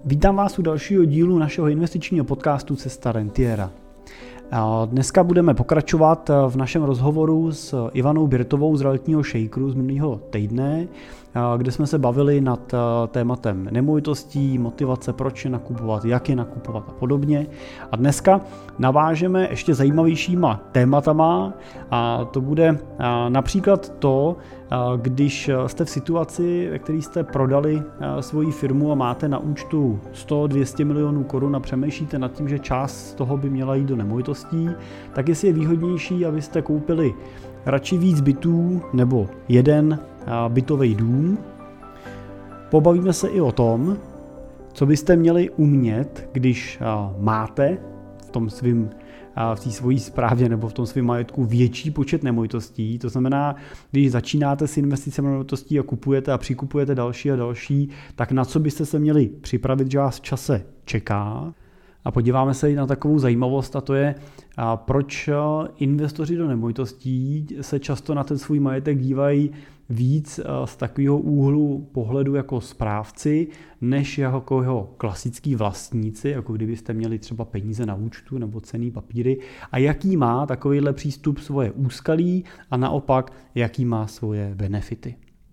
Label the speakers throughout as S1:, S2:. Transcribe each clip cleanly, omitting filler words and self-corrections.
S1: Vítám vás u dalšího dílu našeho investičního podcastu Cesta rentiera. Dneska budeme pokračovat v našem rozhovoru s Ivanou Birtovou z realitního shakeru z minulého týdne, kde jsme se bavili nad tématem nemovitostí, motivace, proč je nakupovat, jak je nakupovat a podobně. A dneska navážeme ještě zajímavějšíma tématama a to bude například to, když jste v situaci, ve které jste prodali svoji firmu a máte na účtu 100-200 milionů korun a přemýšlíte nad tím, že část z toho by měla jít do nemovitostí, tak jestli je výhodnější, abyste koupili radši víc bytů nebo jeden bytový dům. Pobavíme se i o tom, co byste měli umět, když máte v té svojí správě nebo v tom svém majetku větší počet nemovitostí. To znamená, když začínáte s investicemi nemovitostí a kupujete a přikupujete další a další, tak na co byste se měli připravit, že vás v čase čeká. A podíváme se i na takovou zajímavost, a to je, proč investoři do nemovitostí se často na ten svůj majetek dívají víc z takového úhlu pohledu jako správci, než jako jeho klasický vlastníci, jako kdybyste měli třeba peníze na účtu nebo cenný papíry, a jaký má takovýhle přístup svoje úskalí a naopak, jaký má svoje benefity.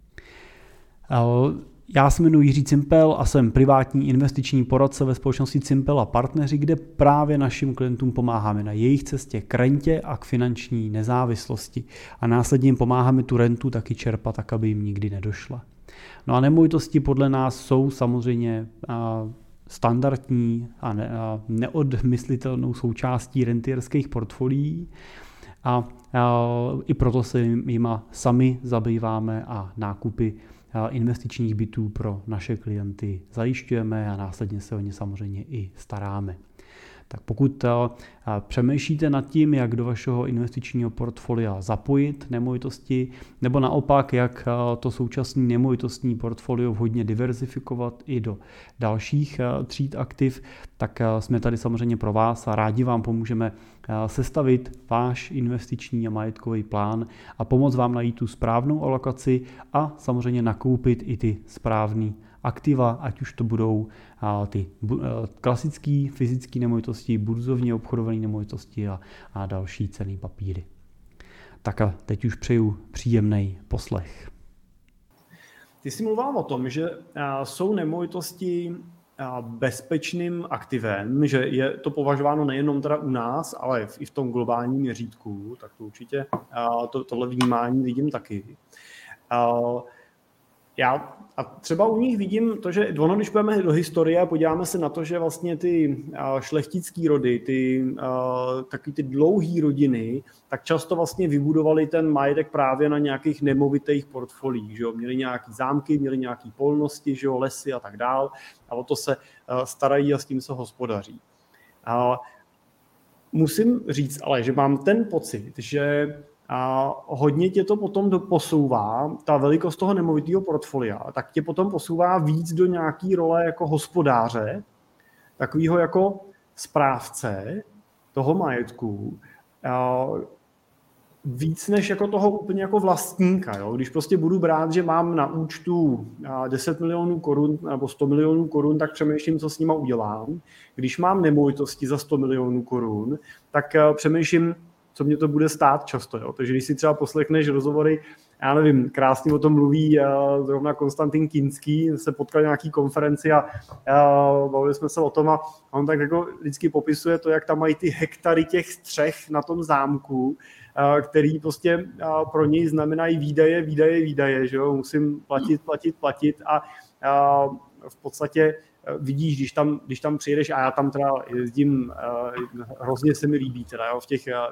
S1: Já se jmenuji Jiří Cimpel a jsem privátní investiční poradce ve společnosti Cimpel a partneři, kde právě našim klientům pomáháme na jejich cestě k rentě a k finanční nezávislosti. A následně jim pomáháme tu rentu taky čerpat, tak aby jim nikdy nedošla. No a nemovitosti podle nás jsou samozřejmě standardní a neodmyslitelnou součástí rentierských portfolií a i proto se jima sami zabýváme a nákupy investičních bytů pro naše klienty zajišťujeme a následně se o ně samozřejmě i staráme. Tak pokud přemýšlíte nad tím, jak do vašeho investičního portfolia zapojit nemovitosti, nebo naopak, jak to současné nemovitostní portfolio vhodně diverzifikovat i do dalších tříd aktiv, tak jsme tady samozřejmě pro vás a rádi vám pomůžeme sestavit váš investiční a majetkový plán a pomoct vám najít tu správnou alokaci a samozřejmě nakoupit i ty správné aktiva, ať už to budou ty klasické fyzické nemovitosti, burzovně obchodované nemovitosti a další cenné papíry. Tak a teď už přeju příjemný poslech.
S2: Ty jsi mluvil o tom, že jsou nemovitosti bezpečným aktivem, že je to považováno nejenom teda u nás, ale i v tom globálním měřítku, tak to určitě tohle vnímání vidím taky. Já a třeba u nich vidím to, že když půjdeme do historie a podíváme se na to, že vlastně ty šlechtický rody, taky ty dlouhý rodiny, tak často vlastně vybudovali ten majetek právě na nějakých nemovitých portfoliích, že jo? Měli nějaký zámky, měli nějaký polnosti, že jo? Lesy a tak dál a o to se starají a s tím se hospodaří. Musím říct ale, že mám ten pocit, že a hodně tě to potom posouvá, ta velikost toho nemovitého portfolia, tak tě potom posouvá víc do nějaký role jako hospodáře, takového jako správce toho majetku, víc než jako toho úplně jako vlastníka. Jo? Když prostě budu brát, že mám na účtu 10 milionů korun nebo 100 milionů korun, tak přemýšlím, co s nima udělám. Když mám nemovitosti za 100 milionů korun, tak přemýšlím, co mě to bude stát často. Jo? Takže když si třeba poslechneš rozhovory, já nevím, krásně o tom mluví zrovna Konstantin Kinský, se potkal na nějaký konferenci a bavili jsme se o tom a on tak jako vždycky popisuje to, jak tam mají ty hektary těch střech na tom zámku, který prostě pro něj znamenají výdaje, že jo? Musím platit a v podstatě vidíš, když tam přijedeš, a já tam teda jezdím, hrozně se mi líbí teda, jo,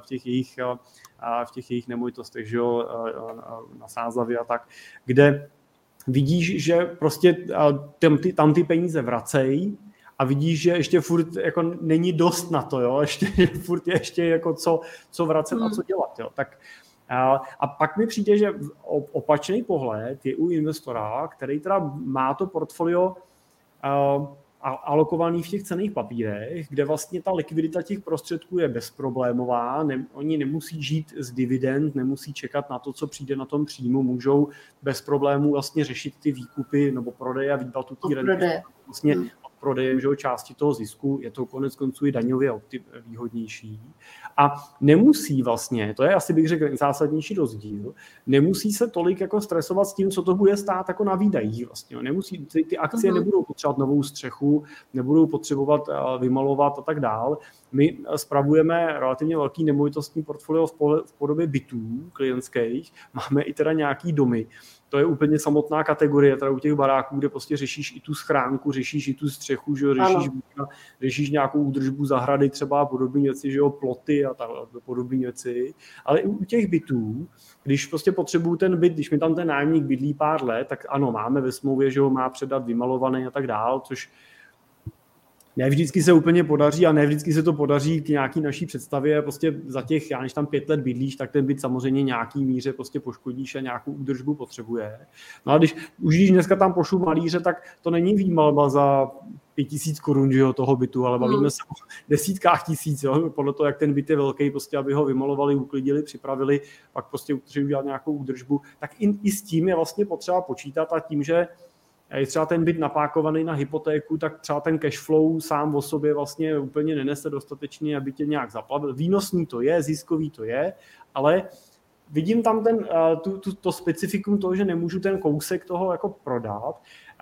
S2: v těch jejich nemovitostech, že jo, na Sázavě a tak, kde vidíš, že prostě tam ty peníze vracejí a vidíš, že ještě furt jako není dost na to, jo, ještě jako co vracet a co dělat, jo, tak a pak mi přijde, že opačný pohled je u investora, který teda má to portfolio alokovaný v těch cenných papírech, kde vlastně ta likvidita těch prostředků je bezproblémová, oni nemusí žít z dividend, nemusí čekat na to, co přijde na tom příjmu, můžou bez problémů vlastně řešit ty výkupy nebo prodeje a výplatu té renty vlastně prodejem, že části toho zisku, je to konec konců i daňově výhodnější. A nemusí vlastně, to je asi bych řekl zásadnější rozdíl, nemusí se tolik jako stresovat s tím, co to bude stát jako na výdajích vlastně. Nemusí, ty akcie nebudou potřebovat novou střechu, nebudou potřebovat vymalovat a tak dál. My spravujeme relativně velký nemovitostní portfolio v podobě bytů klientských, máme i teda nějaký domy. To je úplně samotná kategorie, teda u těch baráků, kde prostě řešíš i tu schránku, řešíš i tu střechu, že řešíš nějakou údržbu zahrady třeba a podobné věci, že jo, ploty a podobné věci. Ale i u těch bytů, když prostě potřebuju ten byt, když mi tam ten nájemník bydlí pár let, tak ano, máme ve smlouvě, že ho má předat vymalovaný a tak dál, což ne vždycky se úplně podaří a ne vždycky se to podaří k nějaký naší představě. Prostě za těch, než tam 5 let bydlíš, tak ten byt samozřejmě nějaký míře prostě poškodíš a nějakou údržbu potřebuje. No a když dneska tam pošlu malíře, tak to není výmalba za 5 000 korun, že jo, toho bytu, ale bavíme se o desítkách tisíc, jo, podle toho, jak ten byt je velký, prostě aby ho vymalovali, uklidili, připravili, pak prostě udělat nějakou údržbu. Tak i s tím je vlastně potřeba počítat a tím, že je třeba ten byt napákovaný na hypotéku, tak třeba ten cash flow sám o sobě vlastně úplně nenese dostatečně, aby tě nějak zaplavil. Výnosný to je, ziskový to je, ale vidím tam to specifikum toho, že nemůžu ten kousek toho jako prodat.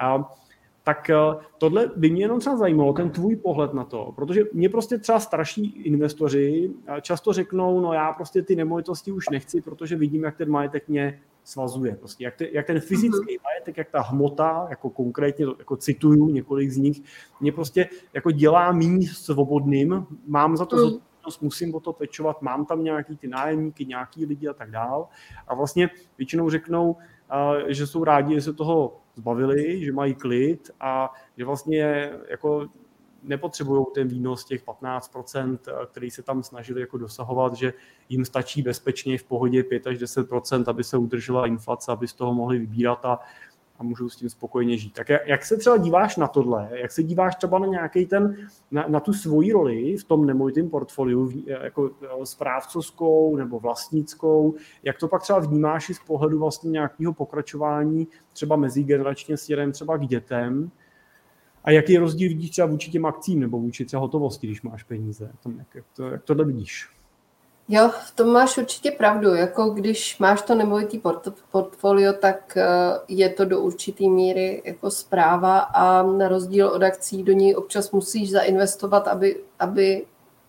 S2: Tak tohle by mě jenom třeba zajímalo, ten tvůj pohled na to, protože mě prostě třeba starší investoři často řeknou, no já prostě ty nemovitosti už nechci, protože vidím, jak ten majetek mě svazuje. Prostě jak ten fyzický majetek, jak ta hmota, jako konkrétně, jako cituju několik z nich, mě prostě jako dělá méně svobodným, mám za to zodpovědnost, musím o to pečovat, mám tam nějaký ty nájemníky, nějaký lidi a tak dál. A vlastně většinou řeknou, že jsou rádi, že se toho zbavili, že mají klid a že vlastně jako nepotřebují ten výnos těch 15%, který se tam snažili jako dosahovat, že jim stačí bezpečně v pohodě 5 až 10%, aby se udržela inflace, aby z toho mohli vybírat a můžou s tím spokojeně žít. Tak jak se třeba díváš na tohle? Jak se díváš třeba na nějaký na tu svoji roli v tom nemovitém portfoliu, jako správcovskou nebo vlastnickou? Jak to pak třeba vnímáš i z pohledu vlastně nějakého pokračování třeba mezigeneračně směrem třeba k dětem? A jaký rozdíl vidíš třeba vůči těm akcím nebo vůči třeba hotovosti, když máš peníze? Jak tohle vidíš?
S3: Jo, v tom máš určitě pravdu. Jako když máš to nemovitý portfolio, tak je to do určitý míry jako správa a na rozdíl od akcí do něj občas musíš zainvestovat, aby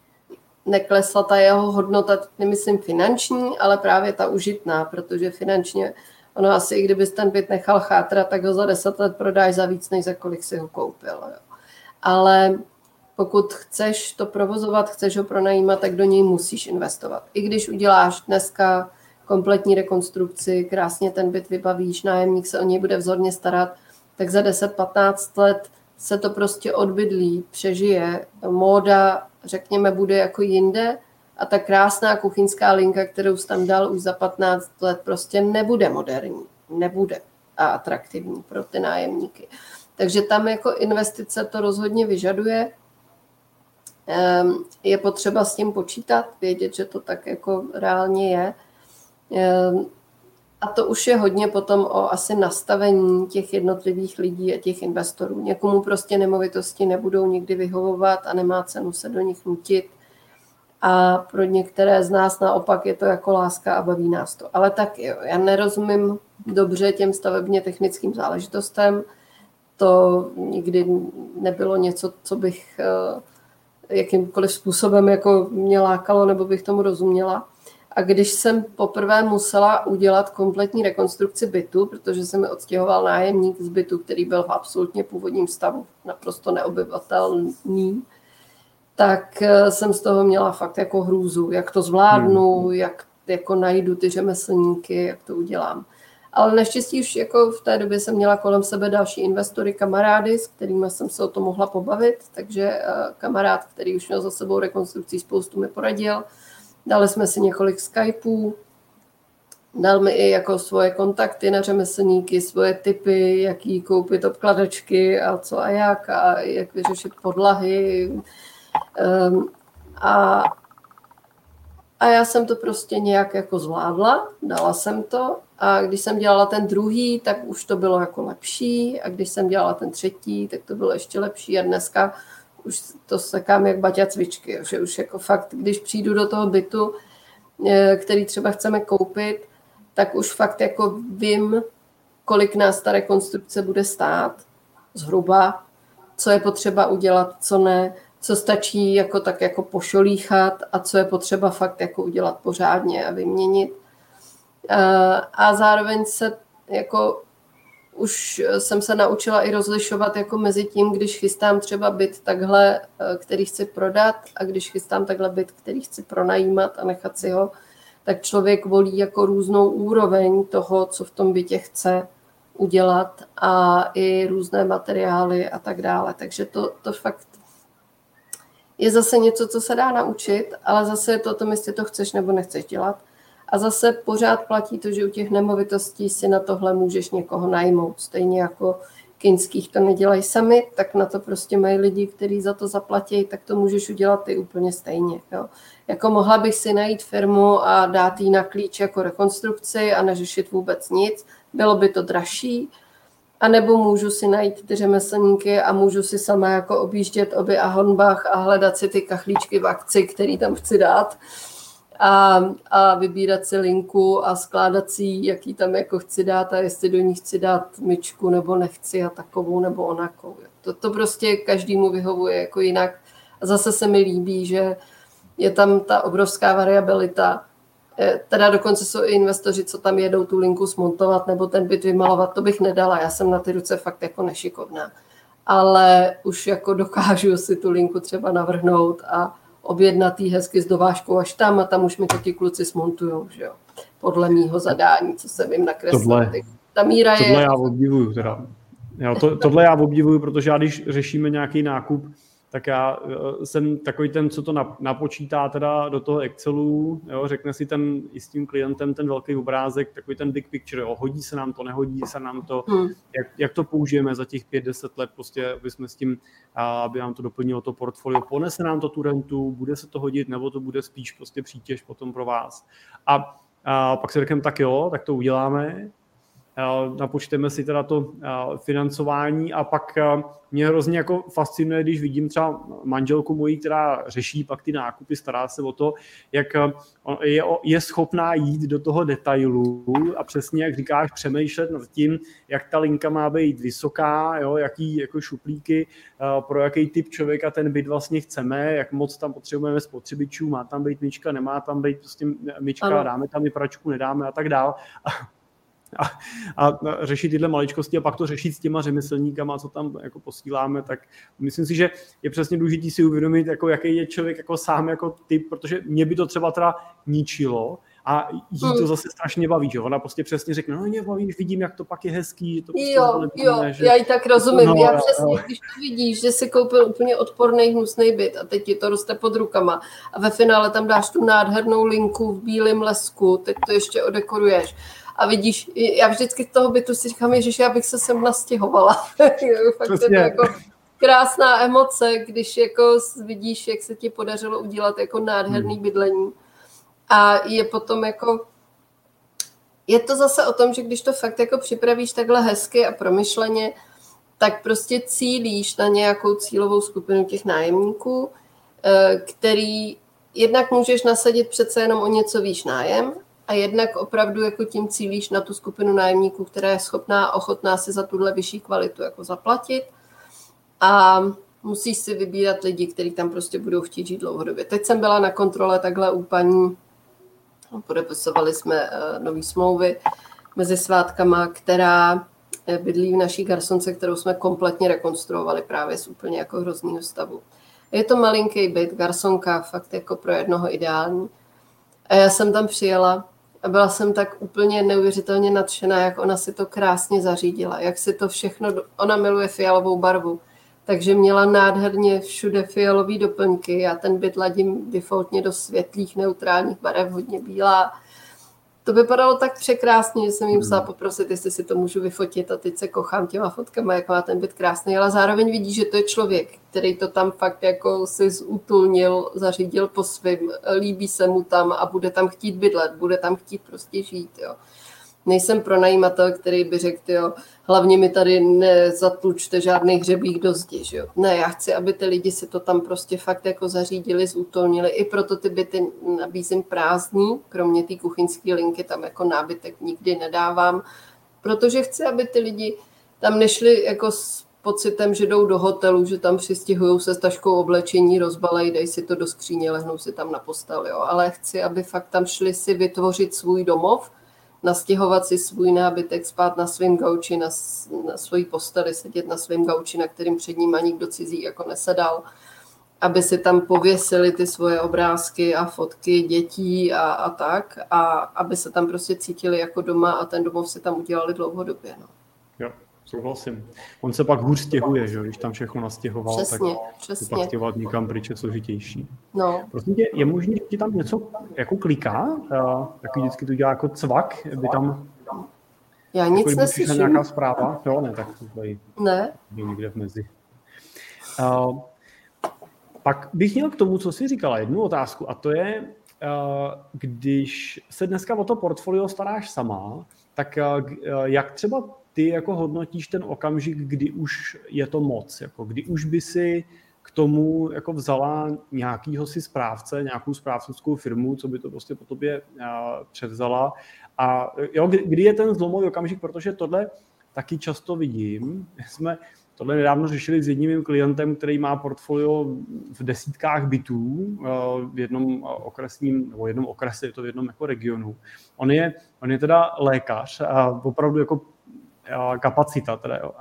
S3: neklesla ta jeho hodnota, nemyslím finanční, ale právě ta užitná, protože finančně ono asi, i kdybys ten byt nechal chátrat, tak ho za 10 let prodáš za víc, než za kolik si ho koupil. Jo. Ale pokud chceš to provozovat, chceš ho pronajímat, tak do něj musíš investovat. I když uděláš dneska kompletní rekonstrukci, krásně ten byt vybavíš, nájemník se o něj bude vzorně starat, tak za 10-15 let se to prostě odbydlí, přežije. Móda, řekněme, bude jako jinde a ta krásná kuchyňská linka, kterou jsi tam dal už za 15 let, prostě nebude moderní, nebude a atraktivní pro ty nájemníky. Takže tam jako investice to rozhodně vyžaduje. Je potřeba s tím počítat, vědět, že to tak jako reálně je. A to už je hodně potom o asi nastavení těch jednotlivých lidí a těch investorů. Někomu prostě nemovitosti nebudou nikdy vyhovovat a nemá cenu se do nich nutit. A pro některé z nás naopak je to jako láska a baví nás to. Ale tak jo, já nerozumím dobře těm stavebně technickým záležitostem. To nikdy nebylo něco, co bych jakýmkoliv způsobem jako mě lákalo, nebo bych tomu rozuměla. A když jsem poprvé musela udělat kompletní rekonstrukci bytu, protože se mi odstěhoval nájemník z bytu, který byl v absolutně původním stavu, naprosto neobyvatelný, tak jsem z toho měla fakt jako hrůzu, jak to zvládnu, jak jako najdu ty řemeslníky, jak to udělám. Ale naštěstí už jako v té době jsem měla kolem sebe další investory, kamarády, s kterými jsem se o to mohla pobavit, takže kamarád, který už měl za sebou rekonstrukcí spoustu, mi poradil. Dali jsme si několik Skypeů, dal mi i jako svoje kontakty na řemeslníky, svoje tipy, jaký koupit obkladačky a co a jak vyřešit podlahy. A já jsem to prostě nějak jako zvládla, dala jsem to A když jsem dělala ten druhý, tak už to bylo jako lepší. A když jsem dělala ten třetí, tak to bylo ještě lepší. A dneska už to sekám jak baťa cvičky. Že už jako fakt, když přijdu do toho bytu, který třeba chceme koupit, tak už fakt jako vím, kolik nás ta rekonstrukce bude stát zhruba, co je potřeba udělat, co ne, co stačí jako tak jako pošolíchat a co je potřeba fakt jako udělat pořádně a vyměnit. A zároveň se jako už jsem se naučila i rozlišovat jako mezi tím, když chystám třeba byt takhle, který chci prodat, a když chystám takhle byt, který chci pronajímat a nechat si ho, tak člověk volí jako různou úroveň toho, co v tom bytě chce udělat a i různé materiály a tak dále. Takže to fakt je zase něco, co se dá naučit, ale zase je to o tom, jestli to chceš nebo nechceš dělat. A zase pořád platí to, že u těch nemovitostí si na tohle můžeš někoho najmout. Stejně jako Kinských to nedělají sami, tak na to prostě mají lidi, kteří za to zaplatí, tak to můžeš udělat ty úplně stejně. Jo. Jako mohla bych si najít firmu a dát jí na klíč jako rekonstrukci a neřešit vůbec nic. Bylo by to dražší. A nebo můžu si najít ty řemeslníky a můžu si sama jako objíždět Oby a Hornbach a hledat si ty kachlíčky v akci, který tam chci dát. A vybírat si linku a skládat si, jaký tam jako chci dát a jestli do ní chci dát myčku nebo nechci a takovou nebo onakou. To prostě každému vyhovuje jako jinak. A zase se mi líbí, že je tam ta obrovská variabilita. Teda dokonce jsou i investoři, co tam jedou tu linku smontovat nebo ten byt vymalovat, to bych nedala. Já jsem na ty ruce fakt jako nešikovná. Ale už jako dokážu si tu linku třeba navrhnout a objednat jí hezky s dovážkou až tam a tam už mi to ti kluci smontujou, že jo. Podle mýho zadání, co jsem jim nakreslil. Ta míra je...
S2: Tohle já obdivuju teda. Tohle já obdivuju, protože já když řešíme nějaký nákup, tak já jsem takový ten, co to napočítá teda do toho Excelu, jo, řekne si ten i s tím klientem ten velký obrázek, takový ten big picture, jo, hodí se nám to, nehodí se nám to, jak to použijeme za těch 5-10 let, prostě, aby jsme s tím, aby nám to doplnilo to portfolio, ponese nám to tu rentu, bude se to hodit, nebo to bude spíš prostě přítěž potom pro vás. A pak si řekneme, tak jo, tak to uděláme, napočteme si teda to financování a pak mě hrozně jako fascinuje, když vidím třeba manželku mojí, která řeší pak ty nákupy, stará se o to, jak je schopná jít do toho detailu a přesně, jak říkáš, přemýšlet nad tím, jak ta linka má být vysoká, jo, jaký jako šuplíky, pro jaký typ člověka ten byt vlastně chceme, jak moc tam potřebujeme spotřebičů, má tam být myčka, nemá tam být prostě myčka, dáme tam i pračku, nedáme a tak dál. A řešit tyhle maličkosti a pak to řešit s těma řemeslníkama, co tam jako posíláme, tak myslím si, že je přesně důležitý si uvědomit, jako jaký je člověk jako sám jako typ, protože mě by to třeba teda ničilo a jí to zase strašně baví, že ona prostě přesně řekne, no mě baví, vidím, jak to pak je hezký, že to prostě že...
S3: Já ji tak rozumím, já přesně, když to vidíš, že si koupil úplně odporný hnusný byt a teď ti to roste pod rukama a ve finále tam dáš tu nádhernou linku v bílém lesku, teď to ještě odekoruješ. A vidíš, já vždycky z toho bytu si říkám, ježiš, já bych se sem nastěhovala. Fakt je to jako krásná emoce, když jako vidíš, jak se ti podařilo udělat jako nádherný bydlení. A je potom jako, je to zase o tom, že když to fakt jako připravíš takhle hezky a promyšleně, tak prostě cílíš na nějakou cílovou skupinu těch nájemníků, který jednak můžeš nasadit přece jenom o něco výš nájem, a jednak opravdu jako tím cílíš na tu skupinu nájemníků, která je schopná a ochotná si za tuhle vyšší kvalitu jako zaplatit. A musíš si vybírat lidi, kteří tam prostě budou chtít žít dlouhodobě. Teď jsem byla na kontrole takhle u paní, podepisovali jsme nový smlouvy mezi svátkama, která bydlí v naší garsonce, kterou jsme kompletně rekonstruovali právě z úplně jako hroznýho stavu. Je to malinký byt, garsonka, fakt jako pro jednoho ideální. A já jsem tam přijela a byla jsem tak úplně neuvěřitelně nadšená, jak ona si to krásně zařídila, jak si to všechno, ona miluje fialovou barvu, takže měla nádherně všude fialové doplňky, já ten byt ladím defaultně do světlých neutrálních barev, hodně bílá. To vypadalo tak překrásně, že jsem jí musela poprosit, jestli si to můžu vyfotit a teď se kochám těma fotkama, jak má ten byt krásný, ale zároveň vidí, že to je člověk, který to tam fakt jako si zútulnil, zařídil po svým, líbí se mu tam a bude tam chtít bydlet, bude tam chtít prostě žít, jo. Nejsem pronajímatel, který by řekl, jo, hlavně mi tady nezatlučte žádný hřebík do zdi, že jo. Ne, já chci, aby ty lidi si to tam prostě fakt jako zařídili, zútolnili, i proto ty byty nabízím prázdný, kromě té kuchyňské linky, tam jako nábytek nikdy nedávám, protože chci, aby ty lidi tam nešli jako s pocitem, že jdou do hotelu, že tam přistihujou se s taškou oblečení, rozbalejí, dají si to do skříně, lehnou si tam na postel, jo. Ale chci, aby fakt tam šli si vytvořit svůj domov, nastěhovat si svůj nábytek, spát na svém gauči, na svojí posteli, sedět na svém gauči, na kterým před ním ani nikdo cizí jako nesedal, aby si tam pověsili ty svoje obrázky a fotky dětí a tak, a aby se tam prostě cítili jako doma a ten domov si tam udělali dlouhodobě. No.
S2: Jo, souhlasím. On se pak hůř stěhuje, že když tam všechno nastěhoval,
S3: přesně.
S2: pak stěhovat někam pryč je složitější.
S3: No.
S2: Prosím tě, je možné, že ti tam něco jako kliká? Takový vždycky to dělá jako cvak, by tam...
S3: Já nic jako, neslyším.
S2: Nějaká zpráva? Jo, ne, tak tady
S3: ne.
S2: Někde v mezi. Pak bych měl k tomu, co jsi říkala, jednu otázku, a to je, když se dneska o to portfolio staráš sama, tak jak třeba ty jako hodnotíš ten okamžik, kdy už je to moc, jako kdy už by si k tomu jako vzala nějakýho si správce, nějakou správcovskou firmu, co by to prostě po tobě převzala. A jo, kdy je ten zlomový okamžik, protože tohle taky často vidím. Jsme tohle nedávno řešili s jedním mým klientem, který má portfolio v desítkách bytů v jednom okresním, nebo jednom okrese, je to v jednom jako regionu. On je teda lékař a opravdu jako kapacita teda, jo.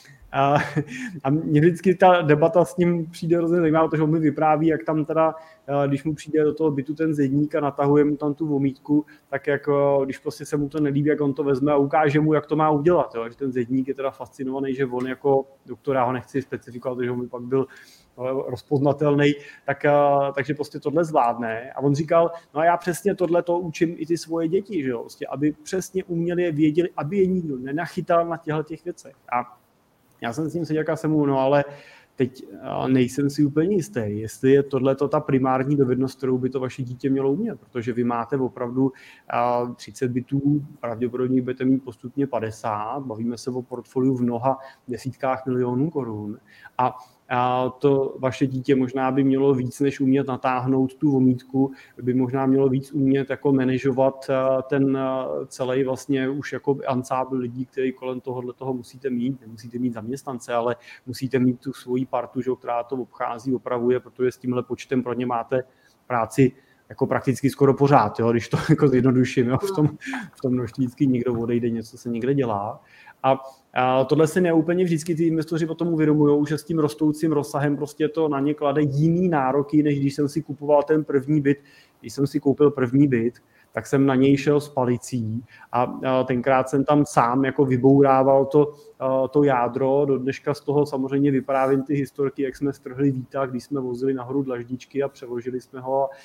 S2: A mě vždycky ta debata s ním přijde hrozně zajímavá, protože on mi vypráví, jak tam teda, když mu přijde do toho bytu ten zedník a natahuje mu tam tu vomítku, tak jako, když prostě se mu to nelíbí, jak on to vezme a ukáže mu, jak to má udělat. Jo. Že ten zedník je teda fascinovaný, že on jako doktor, já ho nechci specifikovat, protože on by pak byl rozpoznatelný, takže prostě tohle zvládne. A on říkal, no a já přesně tohle to učím i ty svoje děti, že jo, prostě, aby přesně uměli, věděli, aby je nikdo nenachytal na těch věcech. A já jsem s ním seděl a jsem mu, no ale teď nejsem si úplně jistý, jestli je tohleto ta primární dovednost, kterou by to vaše dítě mělo umět, protože vy máte opravdu 30 bytů, pravděpodobně budete mít postupně 50, bavíme se o portfoliu v mnoha desítkách milionů korun a to vaše dítě možná by mělo víc, než umět natáhnout tu vomítku, by možná mělo víc umět jako manažovat ten celý vlastně už jako ansábl lidí, který kolem toho musíte mít. Nemusíte mít zaměstnance, ale musíte mít tu svoji partu, že, která to obchází, opravuje, protože s tímhle počtem pro ně máte práci jako prakticky skoro pořád, jo, když to jako zjednoduším, jo, v tom množství vždycky někdo odejde, něco se někde dělá. A tohle si neúplně vždycky ty investoři potom uvědomují, že s tím rostoucím rozsahem prostě to na ně klade jiný nároky, než když jsem si kupoval ten první byt. Když jsem si koupil první byt, tak jsem na něj šel s palicí a tenkrát jsem tam sám jako vybourával to jádro. Do dneška z toho samozřejmě vyprávím ty historky, jak jsme strhli výtah, když jsme vozili nahoru dlaždičky a přeložili jsme ho a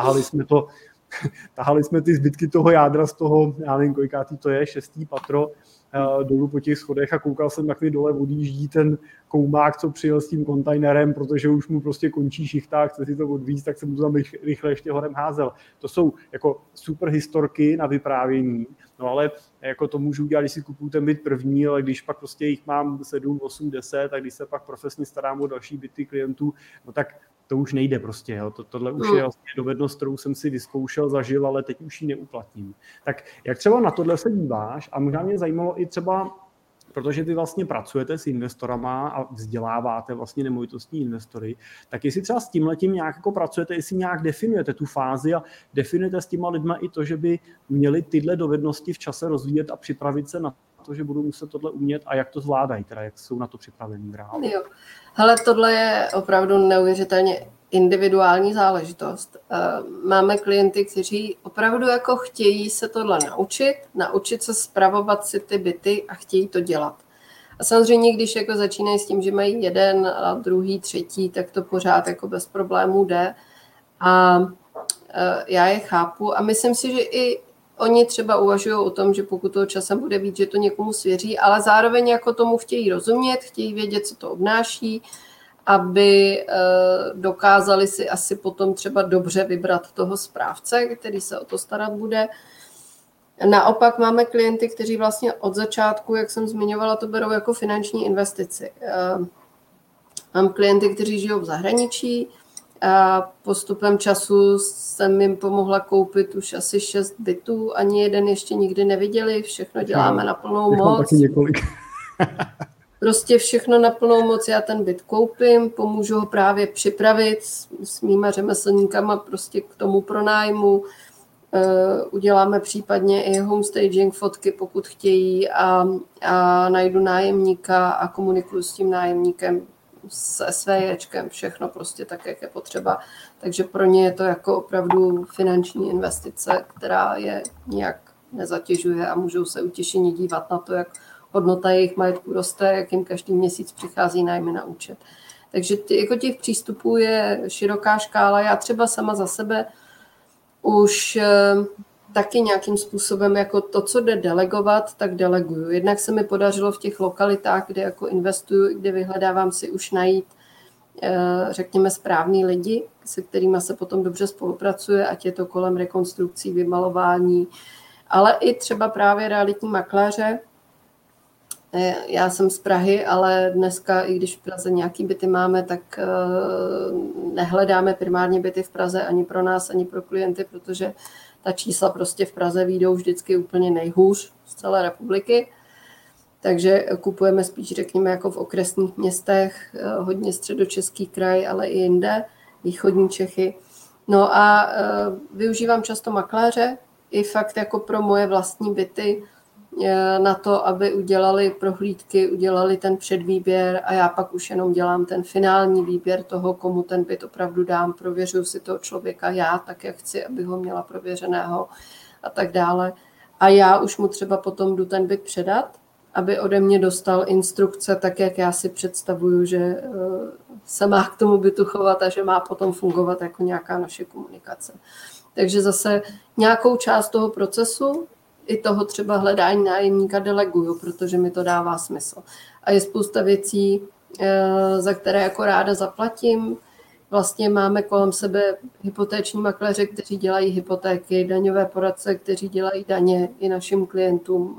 S2: tahali jsme ty zbytky toho jádra z toho, já nevím, kolikátý to je, 6. patro, dolů po těch schodech a koukal jsem, jak mi dole odjíždí ten koumák, co přijel s tím kontajnerem, protože už mu prostě končí šichta, chce si to odvízt, tak jsem to tam rychle ještě horem házel. To jsou jako super historky na vyprávění, no ale jako to můžu udělat, když si kupuju ten byt první, ale když pak prostě jich mám 7, 8, 10, a když se pak profesně starám o další byty klientů, no tak to už nejde prostě. Jo. Tohle už je vlastně dovednost, kterou jsem si vyzkoušel, zažil, ale teď už ji neuplatním. Tak jak třeba na tohle se díváš? A možná mě zajímalo i třeba, protože vy vlastně pracujete s investorama a vzděláváte vlastně nemovitostní investory, tak jestli třeba s tímhletím nějak jako pracujete, jestli nějak definujete tu fázi a definujete s těma lidma i to, že by měli tyhle dovednosti v čase rozvíjet a připravit se na to, že budou muset tohle umět a jak to zvládají, teda jak jsou na to připravení v reálu. Jo.
S3: Hele, tohle je opravdu neuvěřitelně individuální záležitost. Máme klienty, kteří opravdu jako chtějí se tohle naučit se spravovat si ty byty a chtějí to dělat. A samozřejmě, když jako začínají s tím, že mají jeden a druhý, třetí, tak to pořád jako bez problémů jde. A já je chápu a myslím si, že i oni třeba uvažují o tom, že pokud toho časem bude víc, že to někomu svěří, ale zároveň jako tomu chtějí rozumět, chtějí vědět, co to obnáší, aby dokázali si asi potom třeba dobře vybrat toho správce, který se o to starat bude. Naopak máme klienty, kteří vlastně od začátku, jak jsem zmiňovala, to berou jako finanční investici. Mám klienty, kteří žijou v zahraničí a postupem času jsem jim pomohla koupit už asi 6 bytů, ani jeden ještě nikdy neviděli, všechno děláme na plnou moc.
S2: Taky několik.
S3: Prostě všechno na plnou moc, já ten byt koupím, pomůžu ho právě připravit s mýma řemeslníkama prostě k tomu pronájmu. Uděláme případně i homestaging, fotky, pokud chtějí a najdu nájemníka a komunikuju s tím nájemníkem, s SVJčkem, všechno prostě tak, jak je potřeba. Takže pro ně je to jako opravdu finanční investice, která je nijak nezatěžuje a můžou se utěšeně dívat na to, jak hodnota jejich majetku roste, jak jim každý měsíc přichází nájmy na účet. Takže jako těch přístupů je široká škála. Já třeba sama za sebe už taky nějakým způsobem jako to, co jde delegovat, tak deleguju. Jednak se mi podařilo v těch lokalitách, kde jako investuju, kde vyhledávám si už najít, řekněme, správný lidi, se kterými se potom dobře spolupracuje, ať je to kolem rekonstrukcí, vymalování, ale i třeba právě realitní makléře. Já jsem z Prahy, ale dneska, i když v Praze nějaký byty máme, tak nehledáme primárně byty v Praze ani pro nás, ani pro klienty, protože ta čísla prostě v Praze vyjdou vždycky úplně nejhůř z celé republiky. Takže kupujeme spíš, řekněme, jako v okresních městech, hodně Středočeský kraj, ale i jinde, východní Čechy. No a využívám často makléře, i fakt jako pro moje vlastní byty, na to, aby udělali prohlídky, udělali ten předvýběr a já pak už jenom dělám ten finální výběr toho, komu ten byt opravdu dám, prověřuju si toho člověka já, tak jak chci, aby ho měla prověřeného a tak dále. A já už mu třeba potom jdu ten byt předat, aby ode mě dostal instrukce tak, jak já si představuju, že se má k tomu bytu chovat a že má potom fungovat jako nějaká naše komunikace. Takže zase nějakou část toho procesu i toho třeba hledání nájemníka deleguju, protože mi to dává smysl. A je spousta věcí, za které jako ráda zaplatím. Vlastně máme kolem sebe hypotéční makléře, kteří dělají hypotéky, daňové poradce, kteří dělají daně i našim klientům,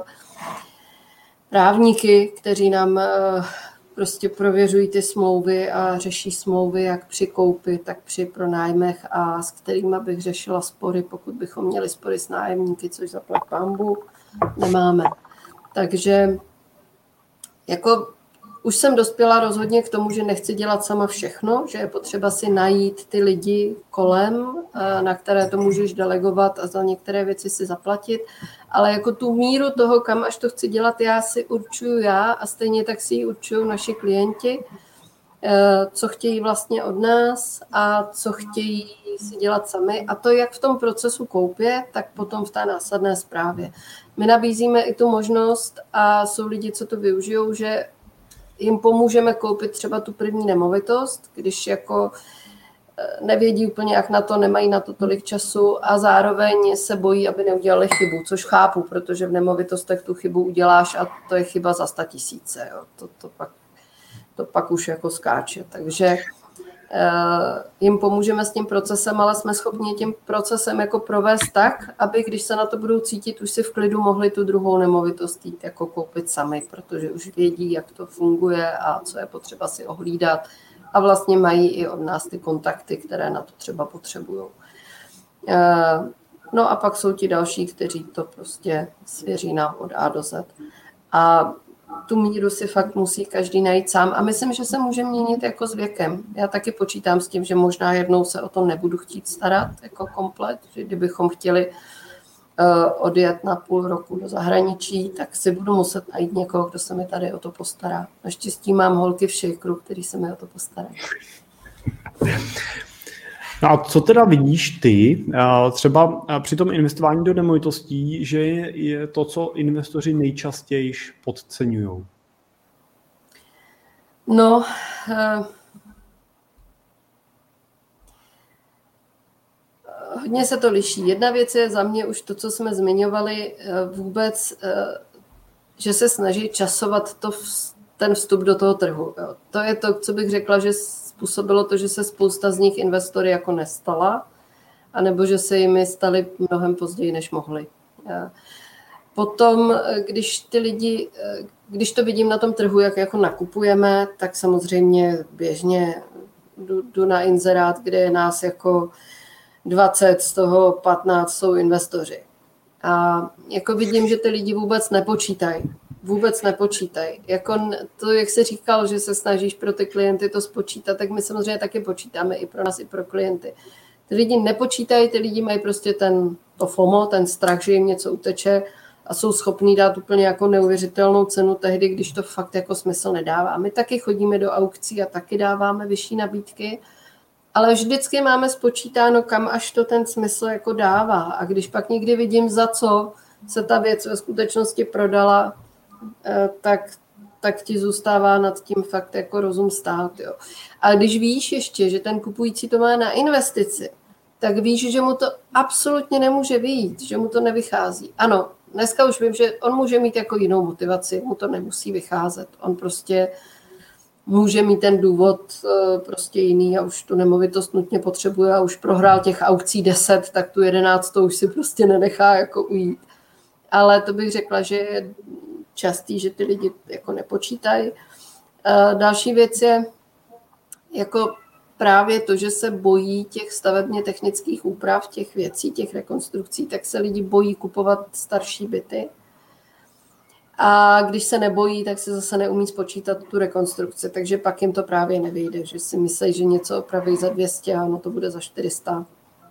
S3: právníky, kteří nám prostě prověřují ty smlouvy a řeší smlouvy jak při koupi, tak při pronájmech a s kterými bych řešila spory, pokud bychom měli spory s nájemníky, což zaplať pánbůh nemáme. Takže jako už jsem dospěla rozhodně k tomu, že nechci dělat sama všechno, že je potřeba si najít ty lidi kolem, na které to můžeš delegovat a za některé věci si zaplatit, ale jako tu míru toho, kam až to chci dělat, já si určuju já a stejně tak si ji určují naši klienti, co chtějí vlastně od nás a co chtějí si dělat sami. A to jak v tom procesu koupě, tak potom v té následné správě. My nabízíme i tu možnost a jsou lidi, co to využijou, že jim pomůžeme koupit třeba tu první nemovitost, když jako nevědí úplně jak na to, nemají na to tolik času a zároveň se bojí, aby neudělali chybu, což chápu, protože v nemovitostech tu chybu uděláš a to je chyba za 100 000. Jo. To pak už jako skáče. Takže jim pomůžeme s tím procesem, ale jsme schopni tím procesem jako provést tak, aby když se na to budou cítit, už si v klidu mohli tu druhou nemovitost jít jako koupit sami, protože už vědí, jak to funguje a co je potřeba si ohlídat a vlastně mají i od nás ty kontakty, které na to třeba potřebují. No a pak jsou ti další, kteří to prostě svěří nám od A do Z. A tu míru si fakt musí každý najít sám. A myslím, že se může měnit jako s věkem. Já taky počítám s tím, že možná jednou se o to nebudu chtít starat jako komplet, že kdybychom chtěli odjet na půl roku do zahraničí, tak si budu muset najít někoho, kdo se mi tady o to postará. Naštěstí mám holky v Shakeru, který se mi o to postarají.
S2: No a co teda vidíš ty, třeba při tom investování do nemovitostí, že je to, co investoři nejčastěji podceňují?
S3: No, hodně se to liší. Jedna věc je za mě už to, co jsme zmiňovali, vůbec, že se snaží časovat ten vstup do toho trhu. Jo. To je to, co bych řekla, že způsobilo to, že se spousta z nich investory jako nestala, anebo že se jimi stali mnohem později, než mohli. Potom, když to vidím na tom trhu, jak jako nakupujeme, tak samozřejmě běžně jdu na inzerát, kde je nás jako 20, z toho 15 jsou investoři. A jako vidím, že ty lidi vůbec nepočítají. Jako to, jak jsi říkal, že se snažíš pro ty klienty to spočítat, tak my samozřejmě taky počítáme i pro nás, i pro klienty. Ty lidi nepočítají, ty lidi mají prostě to FOMO, ten strach, že jim něco uteče a jsou schopní dát úplně jako neuvěřitelnou cenu tehdy, když to fakt jako smysl nedává. My taky chodíme do aukcí a taky dáváme vyšší nabídky, ale vždycky máme spočítáno, kam až to ten smysl jako dává. A když pak někdy vidím, za co se ta věc ve skutečnosti prodala, tak ti zůstává nad tím fakt jako rozum stát. Jo. A když víš ještě, že ten kupující to má na investici, tak víš, že mu to absolutně nemůže vyjít, že mu to nevychází. Ano, dneska už vím, že on může mít jako jinou motivaci, mu to nemusí vycházet. On prostě může mít ten důvod prostě jiný a už tu nemovitost nutně potřebuje a už prohrál těch aukcí 10, tak tu 11 už si prostě nenechá jako ujít. Ale to bych řekla, že je častý, že ty lidi jako nepočítají. Další věc je jako právě to, že se bojí těch stavebně technických úprav, těch věcí, těch rekonstrukcí, tak se lidi bojí kupovat starší byty. A když se nebojí, tak se zase neumí spočítat tu rekonstrukci, takže pak jim to právě nevyjde, že si myslí, že něco opraví za 200 a ono to bude za 400.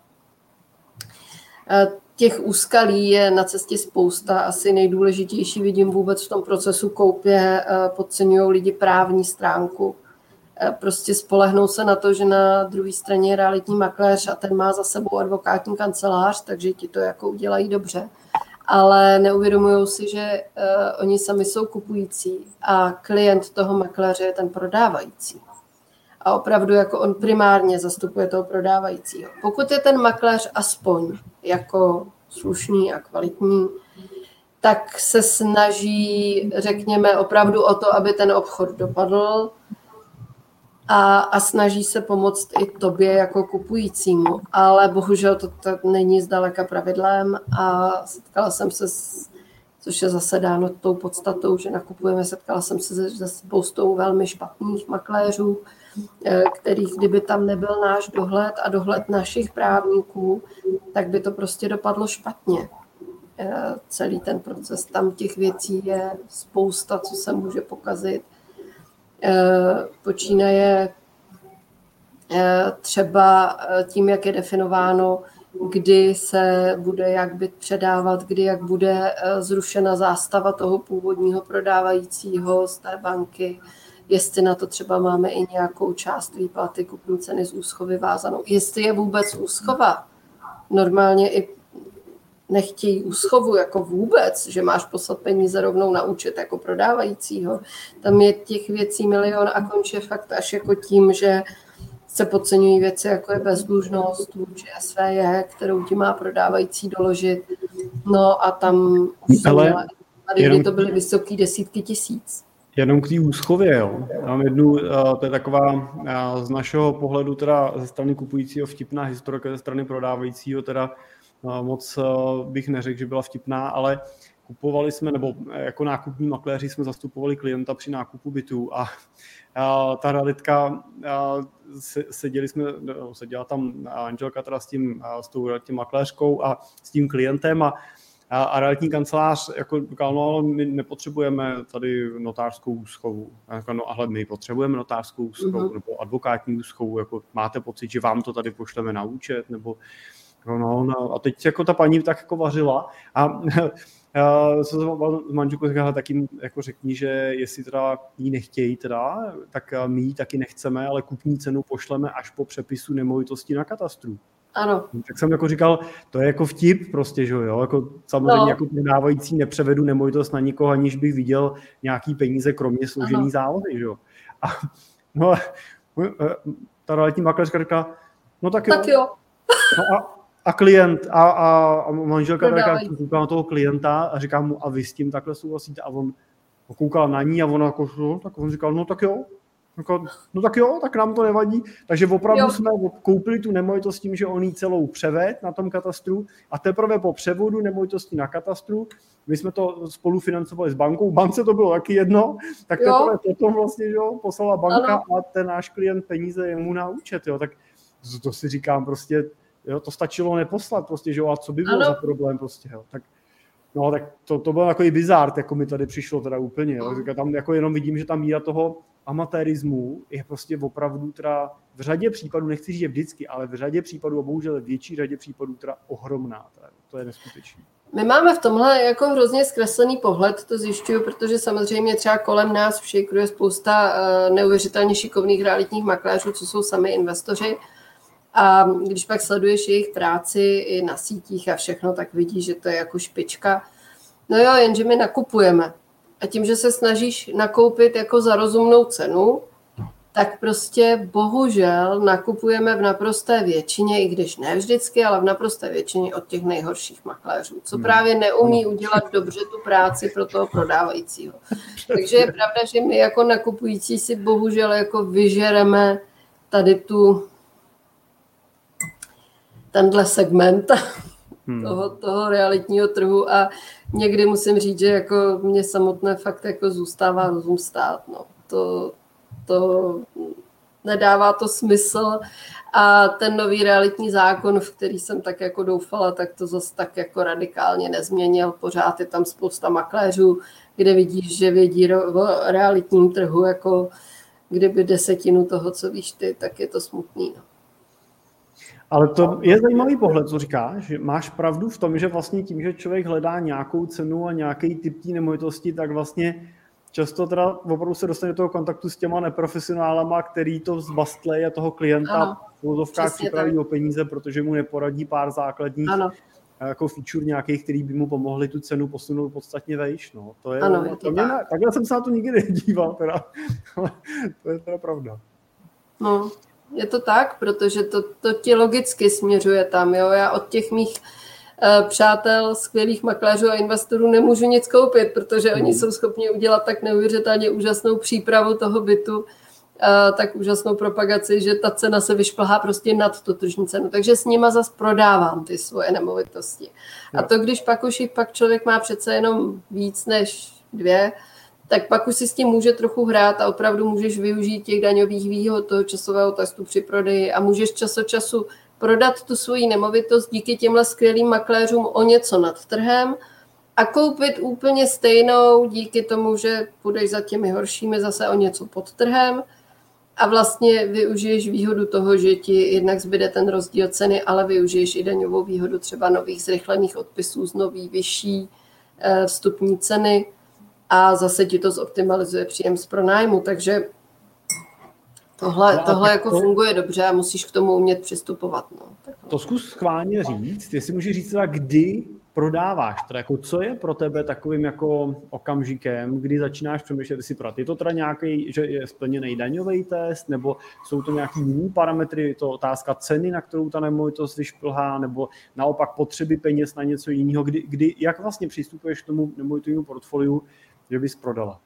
S3: Těch úskalí je na cestě spousta. Asi nejdůležitější vidím vůbec v tom procesu koupě, podceňují lidi právní stránku. Prostě spolehnou se na to, že na druhé straně je realitní makléř a ten má za sebou advokátní kancelář, takže ti to jako udělají dobře. Ale neuvědomují si, že oni sami jsou kupující a klient toho makléře je ten prodávající. A opravdu jako on primárně zastupuje toho prodávajícího. Pokud je ten makléř aspoň jako slušný a kvalitní, tak se snaží, řekněme, opravdu o to, aby ten obchod dopadl a snaží se pomoct i tobě jako kupujícímu. Ale bohužel to není zdaleka pravidlem a setkala jsem se, což je zase dáno tou podstatou, že nakupujeme, setkala jsem se se spoustou velmi špatných makléřů, kterých, kdyby tam nebyl náš dohled a dohled našich právníků, tak by to prostě dopadlo špatně. Celý ten proces, tam těch věcí je spousta, co se může pokazit. Počínaje třeba tím, jak je definováno, kdy se bude jak byt předávat, kdy jak bude zrušena zástava toho původního prodávajícího z té banky, jestli na to třeba máme i nějakou část výplaty kupní ceny z úschovy vázanou. Jestli je vůbec úschova. Normálně i nechtějí úschovu jako vůbec, že máš poslat peníze rovnou na účet jako prodávajícího. Tam je těch věcí milion a končí fakt až jako tím, že se podceňují věci, jako je bezdlužnost vůči SVJ, kterou ti má prodávající doložit. No a tam už kdy to byly vysoké desítky tisíc.
S2: Jenom k té úschově, jo. Já mám jednu, to je taková z našeho pohledu teda ze strany kupujícího vtipná historka, ze strany prodávajícího teda moc bych neřekl, že byla vtipná, ale kupovali jsme, nebo jako nákupní makléři jsme zastupovali klienta při nákupu bytu a ta realitka, seděla tam Angelka teda s tou realitní makléřkou a s tím klientem a realitní kancelář jako říkal, no ale my nepotřebujeme tady notářskou úschovu. No ale my potřebujeme notářskou úschovu nebo advokátní úschovu, jako máte pocit, že vám to tady pošleme na účet, nebo no. A teď jako ta paní tak jako vařila a s manželkou říkala, tak jim jako řekni, že jestli teda jí nechtějí teda, tak my ji taky nechceme, ale kupní cenu pošleme až po přepisu nemovitosti na katastru.
S3: Ano.
S2: Tak jsem jako říkal, to je jako vtip prostě, že jo, jako samozřejmě jako prodávající nepřevedu nemovitost na nikoho, aniž bych viděl nějaký peníze, kromě složený zálohy, že jo. A no, ta realitní makléřka říká, no tak jo. No a klient a manželka koukala na toho klienta a říká mu, a vy s tím takhle souhlasíte? A on koukal na ní a ona jako, tak on říkal, no tak jo. Jako, no tak jo, tak nám to nevadí. Takže opravdu jsme koupili tu nemovitost s tím, že on ji celou převed na tom katastru a teprve po převodu nemovitosti na katastru, my jsme to spolufinancovali s bankou, bance to bylo taky jedno, tak teprve potom vlastně, že jo, poslala banka a ten náš klient peníze jemu na účet, jo, tak to si říkám prostě, jo, to stačilo neposlat prostě, že jo, a co by bylo za problém prostě, jo, tak no, tak to bylo takový bizár, jako mi tady přišlo teda úplně, jo. Tam jako jenom vidím, že tam míra toho amatérismu je prostě opravdu teda v řadě případů, nechci říct, že vždycky, ale v řadě případů a bohužel větší řadě případů teda ohromná. Teda, to je neskutečné.
S3: My máme v tomhle jako hrozně zkreslený pohled, to zjišťuju, protože samozřejmě třeba kolem nás v Shakeru je spousta neuvěřitelně šikovných realitních makléřů, co jsou sami investoři. A když pak sleduješ jejich práci i na sítích a všechno, tak vidíš, že to je jako špička. No jo, jenže my nakupujeme. A tím, že se snažíš nakoupit jako za rozumnou cenu, tak prostě bohužel nakupujeme v naprosté většině, i když ne vždycky, ale v naprosté většině od těch nejhorších makléřů, co právě neumí udělat dobře tu práci pro toho prodávajícího. Takže je pravda, že my jako nakupující si bohužel jako vyžereme tady tenhle segment toho realitního trhu a někdy musím říct, že jako mě samotné fakt jako zůstává rozum stát. No. To nedává to smysl a ten nový realitní zákon, v který jsem tak jako doufala, tak to zase tak jako radikálně nezměnil. Pořád je tam spousta makléřů, kde vidíš, že vědí o realitním trhu jako kdyby 10% toho, co víš ty, tak je to smutný. No.
S2: Ale to je zajímavý pohled, co říkáš, že máš pravdu v tom, že vlastně tím, že člověk hledá nějakou cenu a nějaký typ té nemovitosti, tak vlastně často teda opravdu se dostane do toho kontaktu s těma neprofesionálama, který to zbastlejí a toho klienta v úzovkách připraví o peníze, protože mu neporadí pár základních jako feature nějakých, který by mu pomohli tu cenu posunout podstatně vejš. No. To je, takhle jsem se na to nikdy nedíval, teda. To je teda pravda.
S3: No. Je to tak, protože to ti logicky směřuje tam. Jo? Já od těch mých přátel, skvělých makléřů a investorů nemůžu nic koupit, protože oni jsou schopni udělat tak neuvěřitelně úžasnou přípravu toho bytu, tak úžasnou propagaci, že ta cena se vyšplhá prostě nad tu tržní cenu. Takže s nima zas prodávám ty svoje nemovitosti. A to, když pak už jich pak člověk má přece jenom víc než 2, tak pak už si s tím může trochu hrát a opravdu můžeš využít těch daňových výhod toho časového testu při prodeji a můžeš čas od času prodat tu svoji nemovitost díky těmhle skvělým makléřům o něco nad trhem a koupit úplně stejnou díky tomu, že půjdeš za těmi horšími zase o něco pod trhem a vlastně využiješ výhodu toho, že ti jednak zbyde ten rozdíl ceny, ale využiješ i daňovou výhodu třeba nových zrychlených odpisů z nový vyšší vstupní ceny a zase ti to zoptimalizuje příjem z pronájmu, takže tohle jako funguje dobře a musíš k tomu umět přistupovat. No.
S2: To zkus schválně říct, jestli můžeš říct teda, kdy prodáváš, teda jako co je pro tebe takovým jako okamžikem, kdy začínáš přemýšlet, si prodat. Je to teda nějaký, že je splněný daňový test, nebo jsou to nějaký jiný parametry, je to otázka ceny, na kterou ta nemovitost vyšplhá, nebo naopak potřeby peněz na něco jiného, jak vlastně přistupuješ k tomu nemovitovému portfoliu, že bys prodala?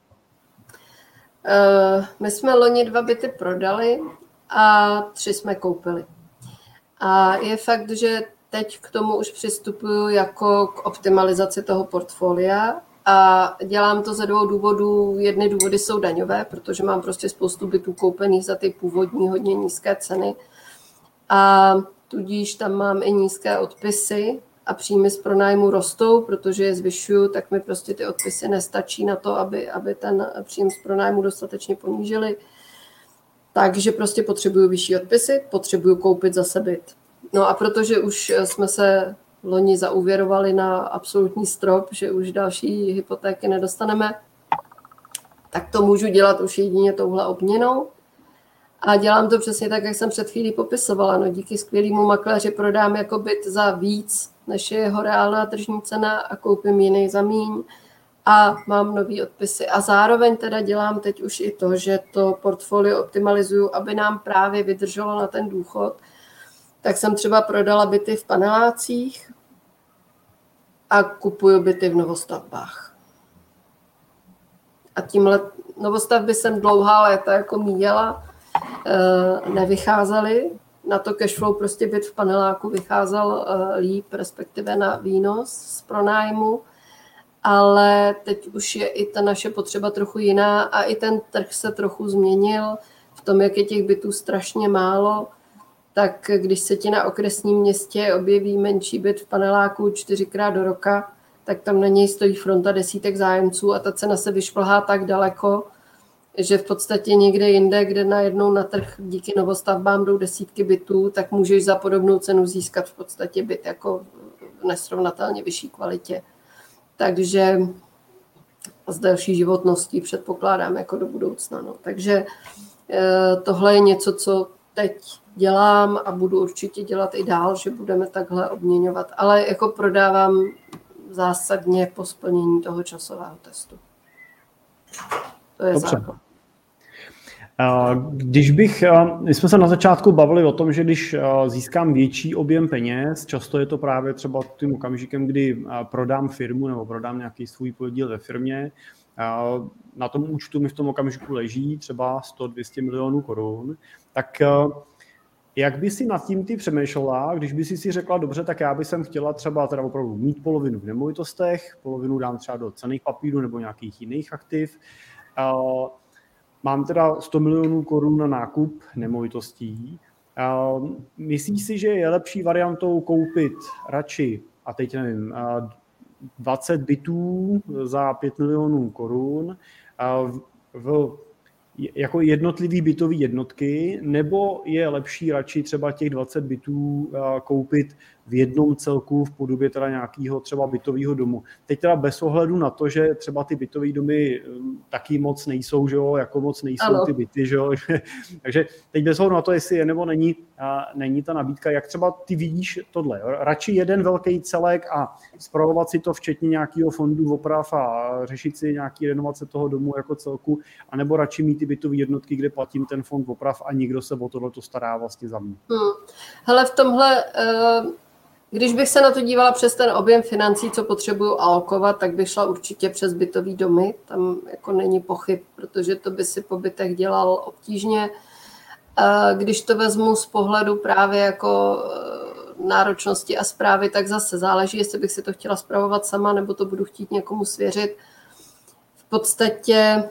S3: My jsme loni 2 byty prodali a 3 jsme koupili. A je fakt, že teď k tomu už přistupuju jako k optimalizaci toho portfolia a dělám to ze 2 důvodů. Jedny důvody jsou daňové, protože mám prostě spoustu bytů koupených za ty původní hodně nízké ceny a tudíž tam mám i nízké odpisy a příjmy z pronájmu rostou, protože je zvyšuju, tak mi prostě ty odpisy nestačí na to, aby ten příjem z pronájmu dostatečně ponížili. Takže prostě potřebuju vyšší odpisy, potřebuju koupit zase byt. No a protože už jsme se loni zaúvěrovali na absolutní strop, že už další hypotéky nedostaneme, tak to můžu dělat už jedině touhle obměnou. A dělám to přesně tak, jak jsem před chvílí popisovala. No, díky skvělému makléři prodám jako byt za víc, než je jeho reálná tržní cena a koupím jiný za míň a mám nový odpisy. A zároveň teda dělám teď už i to, že to portfolio optimalizuju, aby nám právě vydrželo na ten důchod. Tak jsem třeba prodala byty v panelácích a kupuju byty v novostavbách. a tímhle novostavby jsem dlouhá léta jako míjela, nevycházely. Na to cashflow prostě byt v paneláku vycházel líp, respektive na výnos z pronájmu. Ale teď už je i ta naše potřeba trochu jiná a i ten trh se trochu změnil v tom, jak je těch bytů strašně málo. Tak když se ti na okresním městě objeví menší byt v paneláku 4krát do roka, tak tam na něj stojí fronta desítek zájemců a ta cena se vyšplhá tak daleko, že v podstatě někde jinde, kde najednou na trh díky novostavbám jdou desítky bytů, tak můžeš za podobnou cenu získat v podstatě byt jako v nesrovnatelně vyšší kvalitě. Takže s delší životností předpokládám jako do budoucna. No. Takže tohle je něco, co teď dělám a budu určitě dělat i dál, že budeme takhle obměňovat. Ale jako prodávám zásadně po splnění toho časového testu. To je základ.
S2: My jsme se na začátku bavili o tom, že když získám větší objem peněz, často je to právě třeba tím okamžikem, kdy prodám firmu nebo prodám nějaký svůj podíl ve firmě, na tom účtu mi v tom okamžiku leží třeba 100-200 milionů korun, tak jak by si nad tím ty přemýšlela, když by si řekla, dobře, tak já bych chtěla třeba teda opravdu mít polovinu v nemovitostech, polovinu dám třeba do cenných papírů nebo nějakých jiných aktiv, mám teda 100 milionů korun na nákup nemovitostí. Myslíš si, že je lepší variantou koupit radši, a teď nevím, 20 bytů za 5 milionů korun jako jednotlivý bytový jednotky, nebo je lepší radši třeba těch 20 bytů koupit v jednom celku v podobě teda nějakého třeba bytového domu. Teď teda bez ohledu na to, že třeba ty bytové domy taky moc nejsou, že jo, jako moc nejsou ano. Ty byty, že jo. Takže teď bez ohledu na to, jestli je nebo není ta nabídka, jak třeba ty vidíš tohle. Jo? Radši jeden velký celek a spravovat si to včetně nějakého fondu oprav a řešit si nějaký renovace toho domu jako celku, anebo radši mít ty bytové jednotky, kde platím ten fond oprav a nikdo se o tohleto stará vlastně za mě.
S3: Hele, v tomhle když bych se na to dívala přes ten objem financí, co potřebuju alokovat, tak bych šla určitě přes bytový domy. Tam jako není pochyb, protože to by si po bytech dělal obtížně. Když to vezmu z pohledu právě jako náročnosti a správy, tak zase záleží, jestli bych si to chtěla spravovat sama, nebo to budu chtít někomu svěřit. V podstatě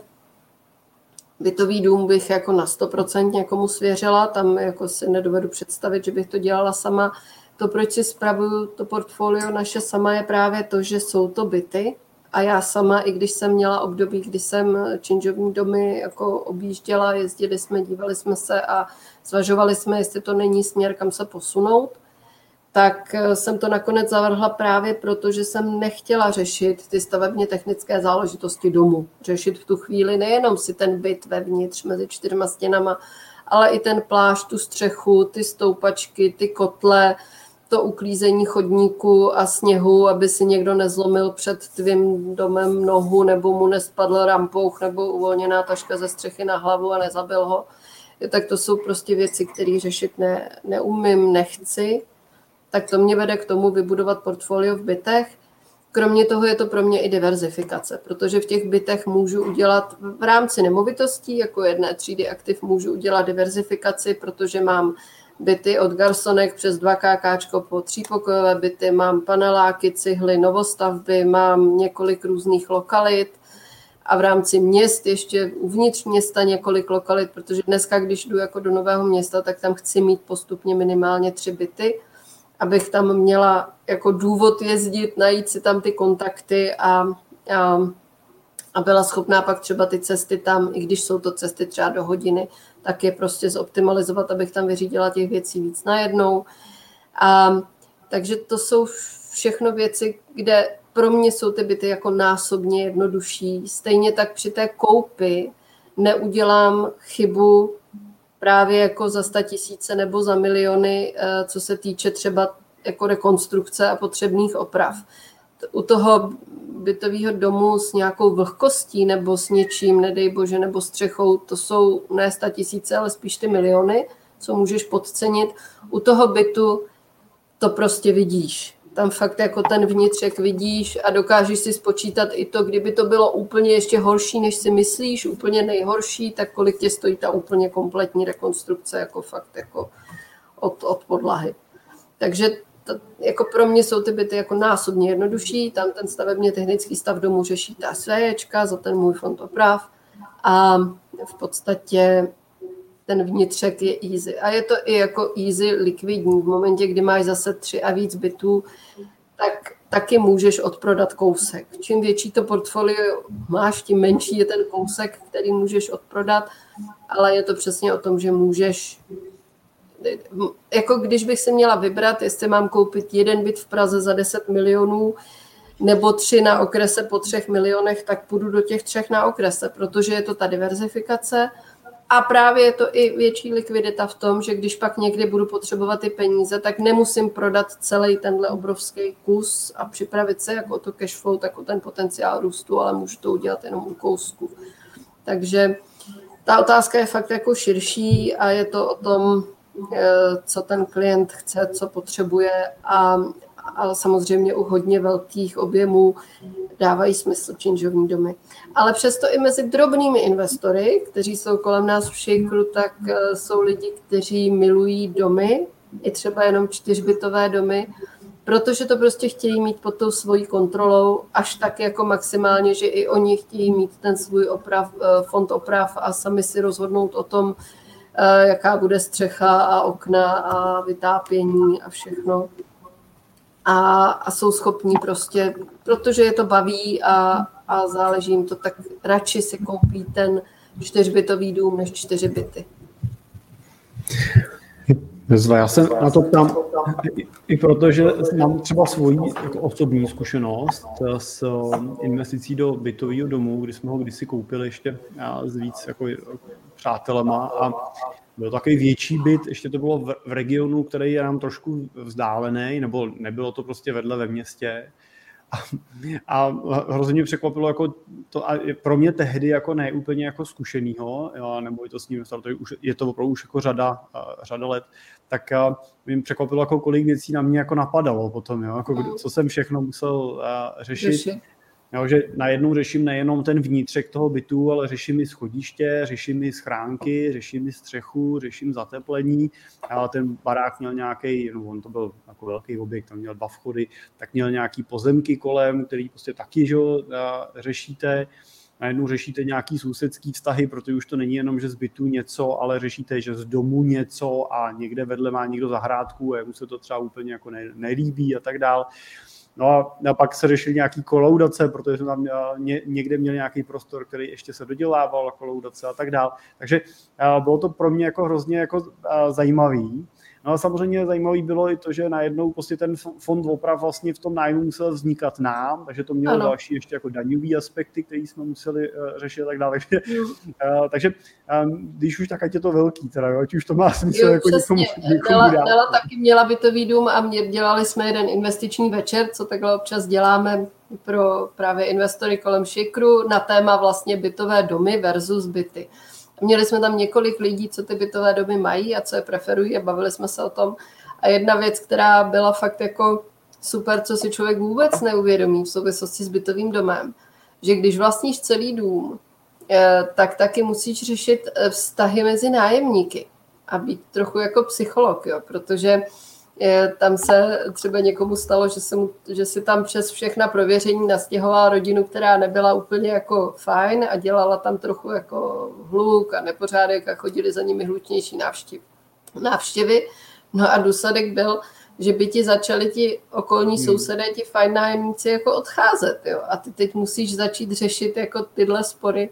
S3: bytový dům bych jako na 100% někomu svěřila, tam jako si nedovedu představit, že bych to dělala sama. To, proč si spravuju to portfolio naše sama, je právě to, že jsou to byty a já sama, i když jsem měla období, kdy jsem činžovní domy jako objížděla, jezdili jsme, dívali jsme se a zvažovali jsme, jestli to není směr, kam se posunout, tak jsem to nakonec zavrhla právě proto, že jsem nechtěla řešit ty stavebně technické záležitosti domu. Řešit v tu chvíli nejenom si ten byt vevnitř mezi 4 stěnama, ale i ten plášť, tu střechu, ty stoupačky, ty kotle, to uklízení chodníku a sněhu, aby si někdo nezlomil před tvým domem nohu nebo mu nespadl rampouch nebo uvolněná taška ze střechy na hlavu a nezabil ho. Tak to jsou prostě věci, které řešit neumím, nechci. Tak to mě vede k tomu vybudovat portfolio v bytech. Kromě toho je to pro mě i diverzifikace, protože v těch bytech můžu udělat v rámci nemovitostí, jako jedné třídy aktiv můžu udělat diverzifikaci, protože mám byty od garsonek přes 2KK po 3pokojové byty, mám paneláky, cihly, novostavby, mám několik různých lokalit a v rámci měst ještě uvnitř města několik lokalit, protože dneska, když jdu jako do Nového Města, tak tam chci mít postupně minimálně 3 byty, abych tam měla jako důvod jezdit, najít si tam ty kontakty a byla schopná pak třeba ty cesty tam, i když jsou to cesty třeba do hodiny, tak je prostě zoptimalizovat, abych tam vyřídila těch věcí víc najednou. Takže to jsou všechno věci, kde pro mě jsou ty byty jako násobně jednodušší. Stejně tak při té koupi neudělám chybu právě jako za 100 000 nebo za miliony, co se týče třeba jako rekonstrukce a potřebných oprav. U toho bytového domu s nějakou vlhkostí nebo s něčím, nedej bože, nebo střechou, to jsou ne 100 000, ale spíš ty miliony, co můžeš podcenit. U toho bytu to prostě vidíš. tam fakt jako ten vnitřek vidíš a dokážeš si spočítat i to, kdyby to bylo úplně ještě horší, než si myslíš, úplně nejhorší, tak kolik tě stojí ta úplně kompletní rekonstrukce, jako fakt jako od podlahy. Takže jako pro mě jsou ty byty jako násobně jednodušší, tam ten stavebně technický stav domu řeší ta SVJčka za ten můj fond oprav a v podstatě ten vnitřek je easy. A je to i jako easy likvidní. V momentě, kdy máš zase 3 a víc bytů, tak taky můžeš odprodat kousek. Čím větší to portfolio máš, tím menší je ten kousek, který můžeš odprodat, ale je to přesně o tom, že můžeš, jako když bych si měla vybrat, jestli mám koupit jeden byt v Praze za 10 milionů, nebo 3 na okrese po 3 milionech, tak půjdu do těch 3 na okrese, protože je to ta diverzifikace a právě je to i větší likvidita v tom, že když pak někdy budu potřebovat ty peníze, tak nemusím prodat celý tenhle obrovský kus a připravit se jako to cash flow, tak o ten potenciál růstu, ale můžu to udělat jenom u kousku. Takže ta otázka je fakt jako širší a je to o tom, co ten klient chce, co potřebuje ale samozřejmě u hodně velkých objemů dávají smysl changeovní domy. Ale přesto i mezi drobnými investory, kteří jsou kolem nás v Shakeru, tak jsou lidi, kteří milují domy, i třeba jenom 4bytové domy, protože to prostě chtějí mít pod tou svojí kontrolou, až tak jako maximálně, že i oni chtějí mít ten svůj fond oprav a sami si rozhodnout o tom, jaká bude střecha a okna a vytápění a všechno. A jsou schopní prostě, protože je to baví a záleží jim to, tak radši si koupí ten 4bytový dům než 4 byty.
S2: Já se na to ptám i protože mám třeba svoji jako osobní zkušenost s investicí do bytového domu, kdy jsme ho kdysi koupili ještě s víc jako přátelema a byl takový větší byt, ještě to bylo v regionu, který je nám trošku vzdálený, nebo nebylo to prostě vedle ve městě. A hrozně mě překvapilo jako to, a pro mě tehdy jako ne úplně jako zkušenýho, nebo je to s ním, je to opravdu už jako řada let, tak mě překvapilo, jako kolik věcí na mě jako napadalo potom, jo, jako co jsem všechno musel řešit. Jo, že najednou řeším nejenom ten vnitřek toho bytu, ale řeším i schodiště, řeším i schránky, řeším i střechu, řeším zateplení. A ten barák měl nějaký, no on to byl jako velký objekt, tam měl 2 vchody, tak měl nějaký pozemky kolem, který prostě taky, že řešíte. Najednou řešíte nějaký sousedský vztahy, protože už to není jenom, že z bytu něco, ale řešíte, že z domu něco a někde vedle má někdo zahrádku a jemu se to třeba úplně jako nelíbí a tak dál. No a pak se řešily nějaký kolaudace, protože jsme tam někde měli nějaký prostor, který ještě se dodělával, kolaudace a tak dál. Takže bylo to pro mě jako hrozně jako zajímavý. No a samozřejmě zajímavý bylo i to, že najednou prostě ten fond oprav vlastně v tom nájmu musel vznikat nám, takže to mělo další ještě jako daňový aspekty, které jsme museli řešit a tak dále. Takže když už tak, ať je to velký, teda, jo, ať už to má smysl jako někomu dát.
S3: Dala taky měla bytový dům a dělali jsme jeden investiční večer, co takhle občas děláme pro právě investory kolem Shakeru na téma vlastně bytové domy versus byty. Měli jsme tam několik lidí, co ty bytové domy mají a co je preferují a bavili jsme se o tom. A jedna věc, která byla fakt jako super, co si člověk vůbec neuvědomí v souvislosti s bytovým domem, že když vlastníš celý dům, tak taky musíš řešit vztahy mezi nájemníky a být trochu jako psycholog, jo, protože tam se třeba někomu stalo, že si tam přes všechna prověření nastěhovala rodinu, která nebyla úplně jako fajn a dělala tam trochu jako hluk a nepořádek a chodili za nimi hlučnější návštěvy. No a důsledek byl, že by ti začali ti okolní sousedé, ti fajn nájemníci jako odcházet. Jo? A ty teď musíš začít řešit jako tyhle spory,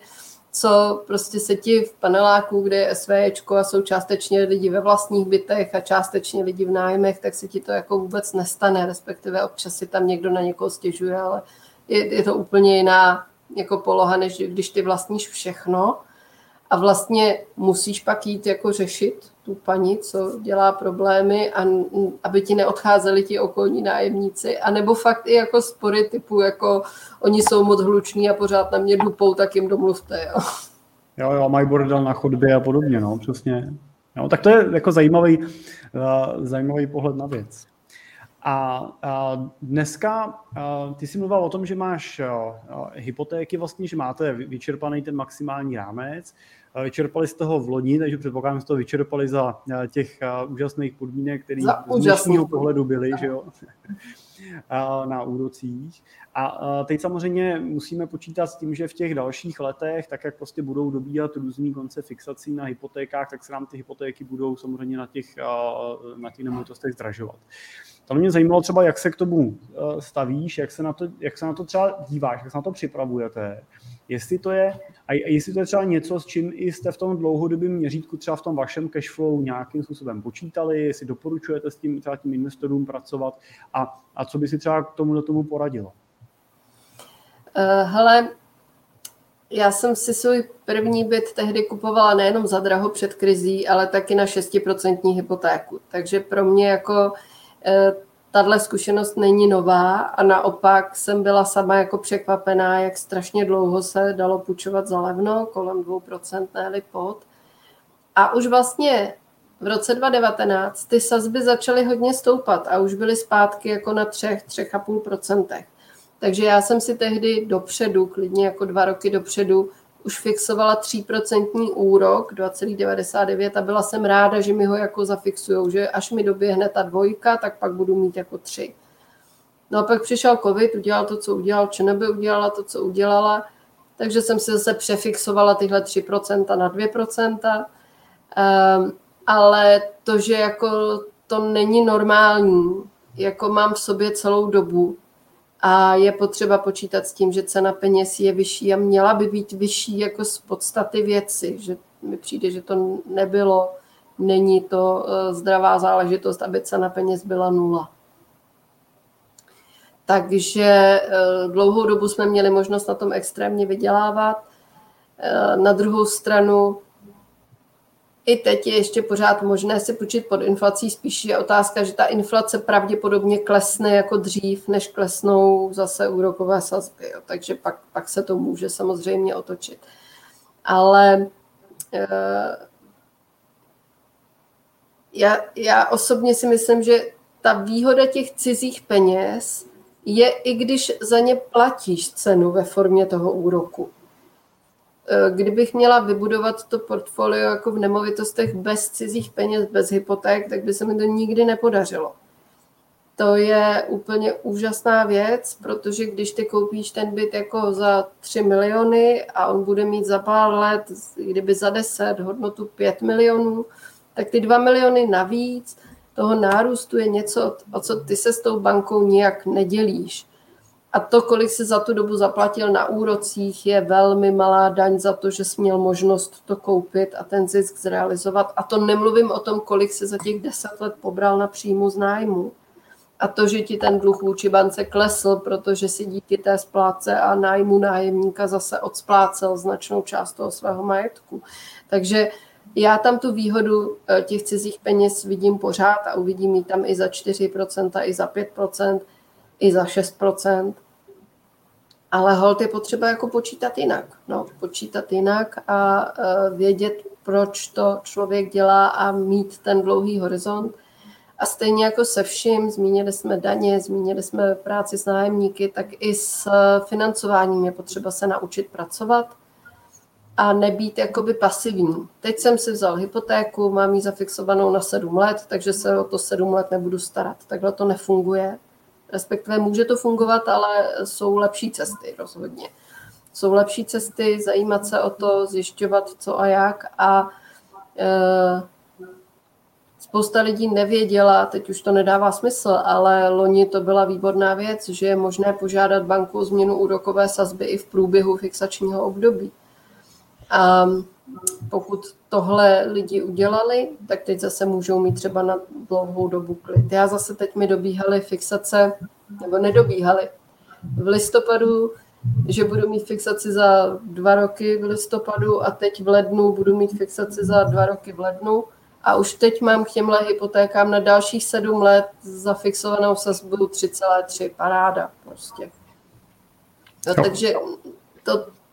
S3: co prostě se ti v paneláku, kde je SVJčko a jsou částečně lidi ve vlastních bytech a částečně lidi v nájmech, tak se ti to jako vůbec nestane, respektive občas si tam někdo na někoho stěžuje, ale je to úplně jiná jako poloha, než když ty vlastníš všechno a vlastně musíš pak jít jako řešit tu paní, co dělá problémy, a aby ti neodcházeli ti okolní nájemníci, anebo fakt i jako spory typu, jako oni jsou moc hluční a pořád na mě dupou, tak jim domluvte, jo.
S2: Jo, mají bordel na chodbě a podobně, no, přesně. Jo, tak to je jako zajímavý pohled na věc. A dneska ty jsi mluvil o tom, že máš hypotéky vlastně, že máte vyčerpaný ten maximální rámec. Vyčerpali jste ho v loni, takže předpokládám, že jste to vyčerpali za těch úžasných podmínek, které z dnešního pohledu byly, že jo? Na úrocích. A teď samozřejmě musíme počítat s tím, že v těch dalších letech, tak jak prostě budou dobíhat různý konce fixací na hypotékách, tak se nám ty hypotéky budou samozřejmě na těch nemovitostech zdražovat. To mě zajímalo třeba, jak se k tomu stavíš, jak se na to třeba díváš, jak se na to připravujete, jestli to je třeba něco, s čím i jste v tom dlouhodobém měřítku, třeba v tom vašem cashflow nějakým způsobem počítali, jestli doporučujete s tím třeba tím investorům pracovat a co by si třeba k tomu poradilo?
S3: Hele, já jsem si svůj první byt tehdy kupovala nejenom za draho před krizí, ale taky na 6% hypotéku. Takže pro mě jako tahle zkušenost není nová a naopak jsem byla sama jako překvapená, jak strašně dlouho se dalo půjčovat za levno, kolem 2%, ne-li pod. A už vlastně v roce 2019 ty sazby začaly hodně stoupat a už byly zpátky jako na 3,5%. Takže já jsem si tehdy dopředu, klidně jako 2 roky dopředu, už fixovala 3% úrok, 2,99 a byla jsem ráda, že mi ho jako zafixujou, že až mi doběhne ta 2, tak pak budu mít jako 3. No a pak přišel covid, udělal to, co udělal, ČNB udělala to, co udělala, takže jsem si zase přefixovala tyhle 3% na 2%, ale to, že jako to není normální, jako mám v sobě celou dobu, a je potřeba počítat s tím, že cena peněz je vyšší a měla by být vyšší jako z podstaty věci, že mi přijde, že to není to zdravá záležitost, aby cena peněz byla 0. Takže dlouhou dobu jsme měli možnost na tom extrémně vydělávat. Na druhou stranu i teď je ještě pořád možné si půjčit pod inflací, spíš je otázka, že ta inflace pravděpodobně klesne jako dřív, než klesnou zase úrokové sazby. Jo. Takže pak se to může samozřejmě otočit. Ale já osobně si myslím, že ta výhoda těch cizích peněz je, i když za ně platíš cenu ve formě toho úroku. Kdybych měla vybudovat to portfolio jako v nemovitostech bez cizích peněz, bez hypoték, tak by se mi to nikdy nepodařilo. To je úplně úžasná věc, protože když ty koupíš ten byt jako za 3 miliony a on bude mít za pár let, kdyby za 10 hodnotu 5 milionů, tak ty 2 miliony navíc toho nárůstu je něco, o co ty se s tou bankou nijak nedělíš. A to, kolik si za tu dobu zaplatil na úrocích, je velmi malá daň za to, že jsi měl možnost to koupit a ten zisk zrealizovat. A to nemluvím o tom, kolik si za těch 10 let pobral na příjmu z nájmu. A to, že ti ten dluh vůči bance klesl, protože si díky té splátce a nájmu nájemníka zase odsplácel značnou část toho svého majetku. Takže já tam tu výhodu těch cizích peněz vidím pořád a uvidím ji tam i za 4%, i za 5%, i za 6%. Ale holt je potřeba jako počítat jinak. No, počítat jinak a vědět, proč to člověk dělá a mít ten dlouhý horizont. A stejně jako se vším, zmínili jsme daně, zmínili jsme práci s nájemníky, tak i s financováním je potřeba se naučit pracovat a nebýt jakoby pasivní. Teď jsem si vzal hypotéku, mám ji zafixovanou na 7 let, takže se o to 7 let nebudu starat. Takhle to nefunguje. Respektive může to fungovat, ale jsou lepší cesty rozhodně. Jsou lepší cesty, zajímat se o to, zjišťovat co a jak a spousta lidí nevěděla, teď už to nedává smysl, ale loni to byla výborná věc, že je možné požádat banku o změnu úrokové sazby i v průběhu fixačního období. A pokud tohle lidi udělali, tak teď zase můžou mít třeba na dlouhou dobu klid. Já zase teď mi dobíhaly fixace, nebo nedobíhaly. V listopadu, že budu mít fixaci za 2 roky v listopadu a teď v lednu budu mít fixaci za 2 roky v lednu. A už teď mám k těmhle hypotékám na dalších 7 let zafixovanou sazbu 3,3. Paráda prostě. No, takže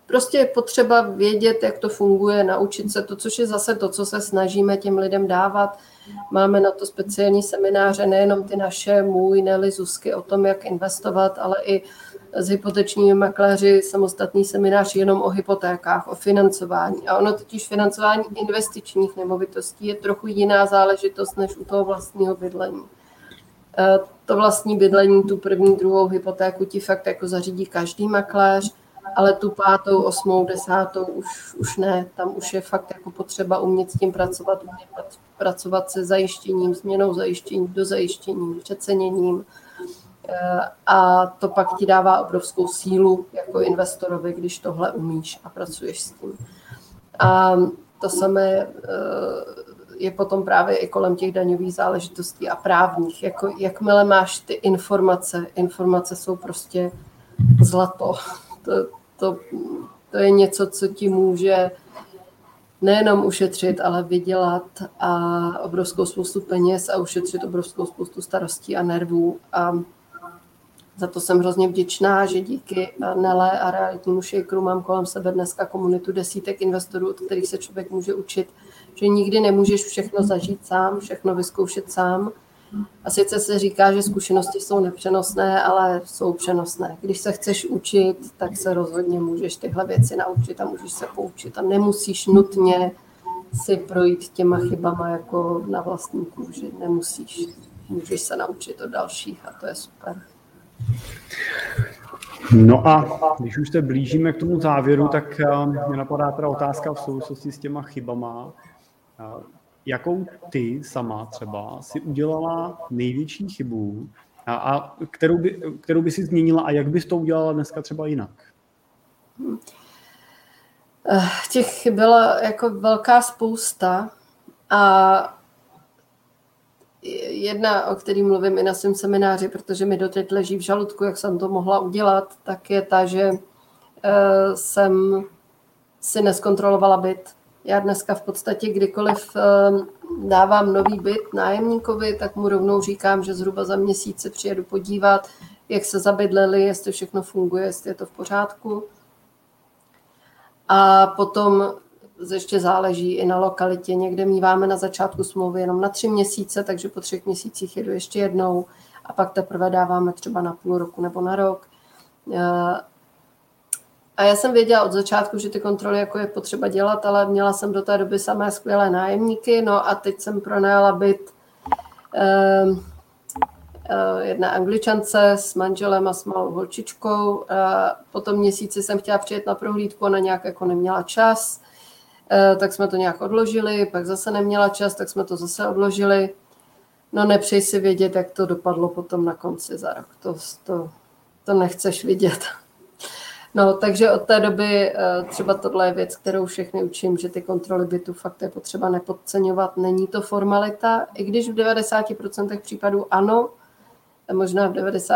S3: prostě je potřeba vědět, jak to funguje, naučit se to, což je zase to, co se snažíme těm lidem dávat. Máme na to speciální semináře, nejenom ty naše, můj, Nelly, Zuzky, o tom, jak investovat, ale i s hypotečními makléři samostatný seminář jenom o hypotékách, o financování. A ono totiž financování investičních nemovitostí je trochu jiná záležitost než u toho vlastního bydlení. To vlastní bydlení, tu první, druhou hypotéku ti fakt jako zařídí každý makléř, ale tu 5., 8., 10. už ne. Tam už je fakt jako potřeba umět s tím pracovat, pracovat se zajištěním, změnou zajištění, dozajištěním, přeceněním. A to pak ti dává obrovskou sílu jako investorovi, když tohle umíš a pracuješ s tím. A to samé je potom právě i kolem těch daňových záležitostí a právních. Jako, jakmile máš ty informace jsou prostě zlato. To je něco, co ti může nejenom ušetřit, ale vydělat a obrovskou spoustu peněz a ušetřit obrovskou spoustu starostí a nervů. A za to jsem hrozně vděčná, že díky Nele a realitnímu shakeru mám kolem sebe dneska komunitu desítek investorů, od kterých se člověk může učit, že nikdy nemůžeš všechno zažít sám, všechno vyzkoušet sám. A sice se říká, že zkušenosti jsou nepřenosné, ale jsou přenosné. Když se chceš učit, tak se rozhodně můžeš tyhle věci naučit a můžeš se poučit. A nemusíš nutně si projít těma chybama jako na vlastní kůži. Nemusíš. Můžeš se naučit od dalších a to je super.
S2: No a když už se blížíme k tomu závěru, tak mě napadá teda otázka v souvislosti s těma chybama. Jakou ty sama třeba si udělala největší chybu a kterou by si změnila a jak bys to udělala dneska třeba jinak?
S3: Těch chyb byla jako velká spousta a jedna, o který mluvím i na svém semináři, protože mi doteď leží v žaludku, jak jsem to mohla udělat, tak je ta, že jsem si neskontrolovala byt. Já dneska v podstatě kdykoliv dávám nový byt nájemníkovi, tak mu rovnou říkám, že zhruba za měsíc se přijedu podívat, jak se zabydleli, jestli všechno funguje, jestli je to v pořádku. A potom ještě záleží i na lokalitě. Někde míváme na začátku smlouvy jenom na 3 měsíce, takže po 3 měsících jedu ještě jednou a pak teprve dáváme třeba na půl roku nebo na rok. A já jsem věděla od začátku, že ty kontroly jako je potřeba dělat, ale měla jsem do té doby samé skvělé nájemníky, no a teď jsem pronajala byt jedné Angličance s manželem a s malou holčičkou. Po tom měsíci jsem chtěla přijet na prohlídku, ona nějak jako neměla čas, tak jsme to nějak odložili, pak zase neměla čas, tak jsme to zase odložili. No nepřej si vědět, jak to dopadlo potom na konci za rok. To nechceš vidět. No, takže od té doby třeba tohle je věc, kterou všechny učím, že ty kontroly bytu fakt je potřeba nepodceňovat. Není to formalita, i když v 90% případů ano, možná v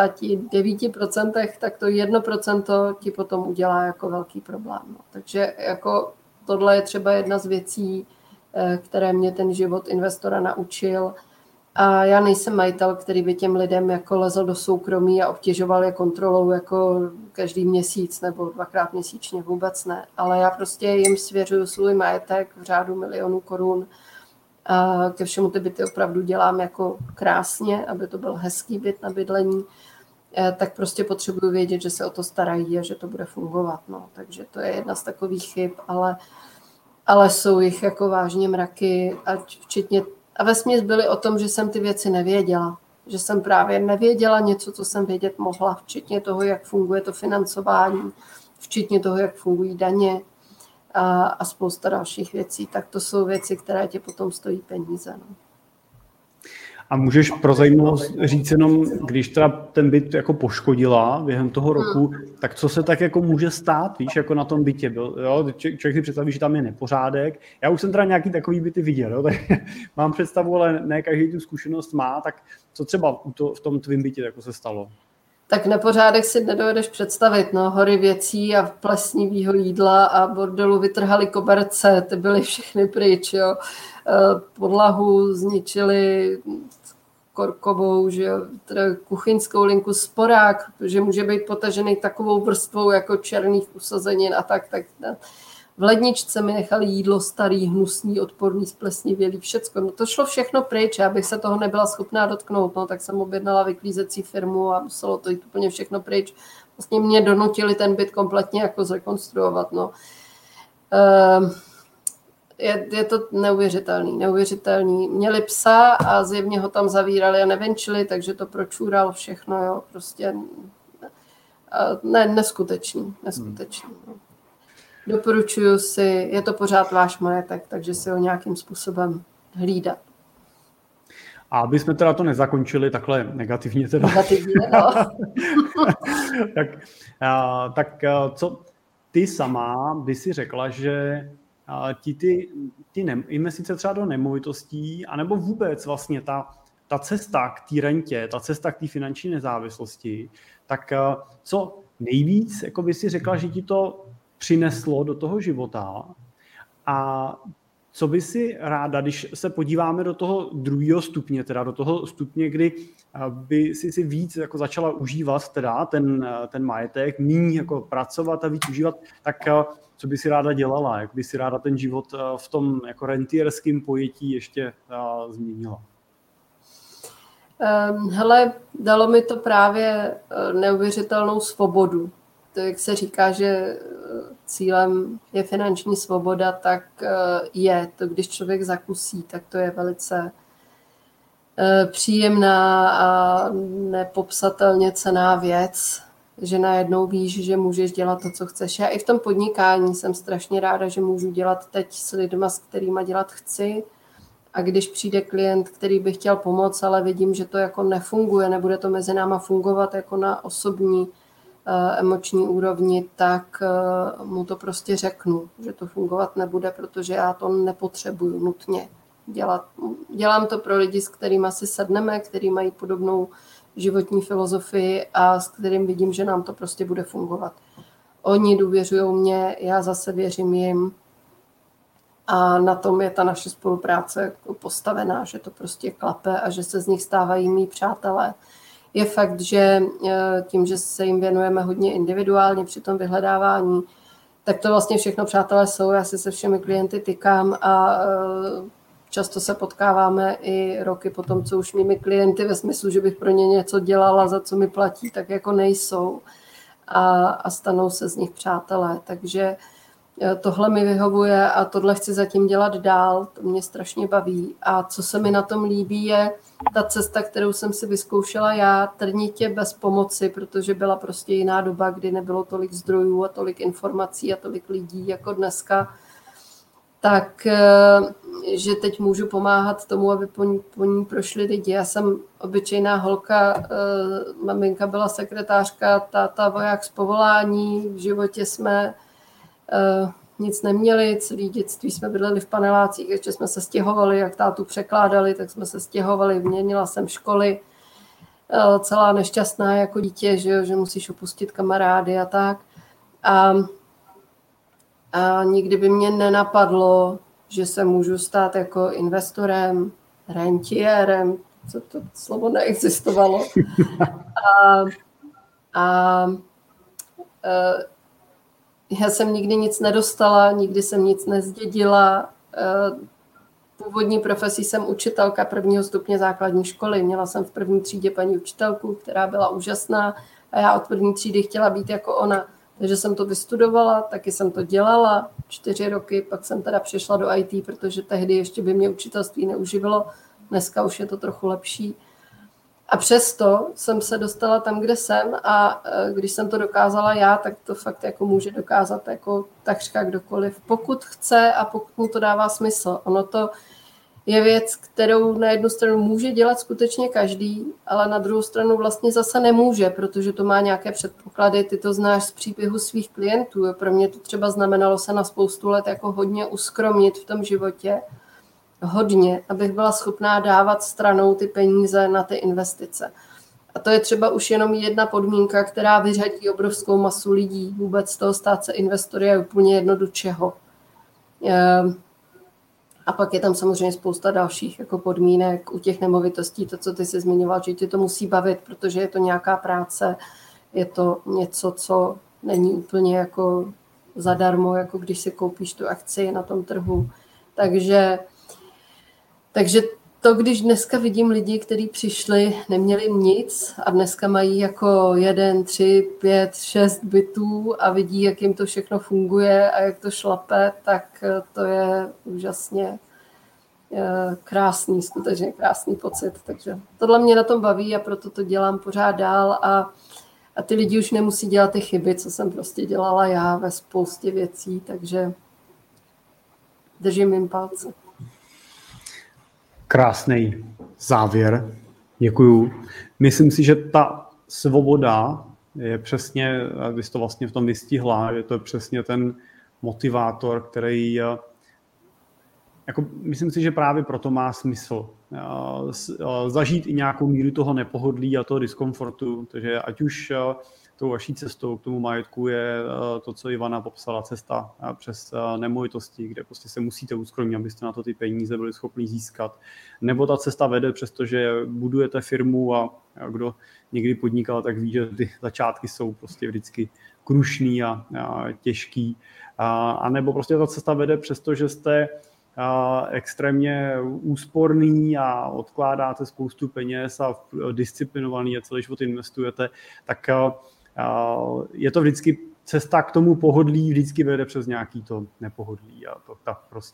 S3: 99%, tak to 1% ti potom udělá jako velký problém. No. Takže jako tohle je třeba jedna z věcí, které mě ten život investora naučil. A já nejsem majitel, který by těm lidem jako lezl do soukromí a obtěžoval je kontrolou jako každý měsíc nebo 2krát měsíčně, vůbec ne. Ale já prostě jim svěřuju svůj majetek v řádu milionů korun. A ke všemu ty byty opravdu dělám jako krásně, aby to byl hezký byt na bydlení. Tak prostě potřebuji vědět, že se o to starají a že to bude fungovat. No. Takže to je jedna z takových chyb, ale jsou jich jako vážně mraky, ať včetně. A vesměs byly o tom, že jsem ty věci nevěděla. Že jsem právě nevěděla něco, co jsem vědět mohla, včetně toho, jak funguje to financování, včetně toho, jak fungují daně a spousta dalších věcí. Tak to jsou věci, které tě potom stojí peníze. No.
S2: A můžeš pro zajímavost říct jenom, když teda ten byt jako poškodila během toho roku, tak co se tak jako může stát, víš, jako na tom bytě byl, jo? Člověk si představí, že tam je nepořádek. Já už jsem teda nějaký takový byty viděl, jo? Tak mám představu, ale ne každý tu zkušenost má, tak co třeba v tom tvým bytě jako se stalo?
S3: Tak nepořádek si nedovedeš představit, no, hory věcí a plesnivýho jídla a bordelu vytrhali koberce, ty byly všechny pryč, jo. Podlahu zničili korkovou, že jo, teda kuchyňskou linku sporák, že může být potažený takovou vrstvou jako černých usazenin a tak. V ledničce mi nechali jídlo starý, hnusný, odporný, splesnivělý, všecko. No to šlo všechno pryč, abych se toho nebyla schopná dotknout, no, tak jsem objednala vyklízecí firmu a muselo to jít úplně všechno pryč. Vlastně mě donutili ten byt kompletně jako zrekonstruovat, no. Je to neuvěřitelný. Měli psa a zjevně ho tam zavírali a nevenčili, takže to pročúral všechno, jo, prostě neskutečný. No. Doporučuju si, je to pořád váš majetek, takže si ho nějakým způsobem hlídat.
S2: A aby jsme teda to nezakončili takhle negativně teda.
S3: Negativně, no.
S2: tak co ty sama by si řekla, že ty investice třeba do nemovitostí, anebo vůbec vlastně ta cesta k té rentě, ta cesta k té finanční nezávislosti, tak co nejvíc jako by si řekla, že ti to přineslo do toho života a co by si ráda, když se podíváme do toho druhého stupně, teda do toho stupně, kdy by si víc jako začala užívat teda ten majetek, méně jako pracovat a víc užívat, tak co by si ráda dělala, jak by si ráda ten život v tom jako rentierském pojetí ještě změnila?
S3: Hele, dalo mi to právě neuvěřitelnou svobodu. To, jak se říká, že cílem je finanční svoboda, tak je to, když člověk zakusí, tak to je velice příjemná a nepopsatelně cenná věc, že najednou víš, že můžeš dělat to, co chceš. Já i v tom podnikání jsem strašně ráda, že můžu dělat teď s lidma, s kterýma dělat chci. A když přijde klient, který by chtěl pomoct, ale vidím, že to jako nefunguje, nebude to mezi náma fungovat jako na osobní emoční úrovni, tak mu to prostě řeknu, že to fungovat nebude, protože já to nepotřebuju nutně dělat. Dělám to pro lidi, s kterými si sedneme, kteří mají podobnou životní filozofii a s kterým vidím, že nám to prostě bude fungovat. Oni důvěřují mě, já zase věřím jim a na tom je ta naše spolupráce jako postavená, že to prostě klape a že se z nich stávají mý přátelé. Je fakt, že tím, že se jim věnujeme hodně individuálně při tom vyhledávání, tak to vlastně všechno přátelé jsou. Já si se všemi klienty tykám a často se potkáváme i roky potom, co už mými klienty ve smyslu, že bych pro ně něco dělala, za co mi platí, tak jako nejsou a stanou se z nich přátelé. Takže tohle mi vyhovuje a tohle chci zatím dělat dál, to mě strašně baví. A co se mi na tom líbí, je ta cesta, kterou jsem si vyzkoušela já, trnitě bez pomoci, protože byla prostě jiná doba, kdy nebylo tolik zdrojů a tolik informací a tolik lidí jako dneska. Tak, že teď můžu pomáhat tomu, aby po ní prošli lidi. Já jsem obyčejná holka, maminka byla sekretářka, táta voják z povolání, v životě jsme nic neměli, celý dětství jsme bydleli v panelácích, ještě jsme se stěhovali, jak tátu překládali, tak jsme se stěhovali, měnila jsem školy, celá nešťastná jako dítě, že musíš opustit kamarády a tak. A nikdy by mě nenapadlo, že se můžu stát jako investorem, rentiérem, co to slovo neexistovalo. Já jsem nikdy nic nedostala, nikdy jsem nic nezdědila. Původní profesí jsem učitelka 1. stupně základní školy. Měla jsem v 1. třídě paní učitelku, která byla úžasná a já od 1. třídy chtěla být jako ona. Takže jsem to vystudovala, taky jsem to dělala 4 roky, pak jsem teda přešla do IT, protože tehdy ještě by mě učitelství neuživilo, dneska už je to trochu lepší. A přesto jsem se dostala tam, kde jsem a když jsem to dokázala já, tak to fakt jako může dokázat jako takřka kdokoliv, pokud chce a pokud mu to dává smysl. Ono to je věc, kterou na jednu stranu může dělat skutečně každý, ale na druhou stranu vlastně zase nemůže, protože to má nějaké předpoklady, ty to znáš z příběhu svých klientů. Pro mě to třeba znamenalo se na spoustu let jako hodně uskromnit v tom životě, hodně, abych byla schopná dávat stranou ty peníze na ty investice. A to je třeba už jenom jedna podmínka, která vyřadí obrovskou masu lidí. Vůbec z toho stát se investory je úplně jedno do čeho. A pak je tam samozřejmě spousta dalších jako podmínek u těch nemovitostí, to, co ty jsi zmiňoval, že tě to musí bavit, protože je to nějaká práce, je to něco, co není úplně jako zadarmo, jako když si koupíš tu akci na tom trhu. Takže to, když dneska vidím lidi, kteří přišli, neměli nic a dneska mají jako 1, 3, 5, 6 bytů a vidí, jak jim to všechno funguje a jak to šlape, tak to je úžasně krásný, skutečně krásný pocit. Takže tohle mě na tom baví a proto to dělám pořád dál a ty lidi už nemusí dělat ty chyby, co jsem prostě dělala já ve spoustě věcí, takže držím jim palce.
S2: Krásný závěr, děkuju. Myslím si, že ta svoboda je přesně, vy jste to vlastně v tom vystihla, že to je přesně ten motivátor, který, jako, myslím si, že právě proto má smysl zažít i nějakou míru toho nepohodlí a toho diskomfortu, takže ať už tou vaší cestou k tomu majetku je to, co Ivana popsala, cesta přes nemovitosti, kde prostě se musíte uskromit, abyste na to ty peníze byli schopni získat. Nebo ta cesta vede, přestože budujete firmu a kdo někdy podnikal, tak ví, že ty začátky jsou prostě vždycky krušný a těžký. A nebo prostě ta cesta vede, přestože jste extrémně úsporný a odkládáte spoustu peněz a disciplinovaný a celý život investujete, tak je to vždycky cesta k tomu pohodlí, vždycky vede přes nějaký to nepohodlí a to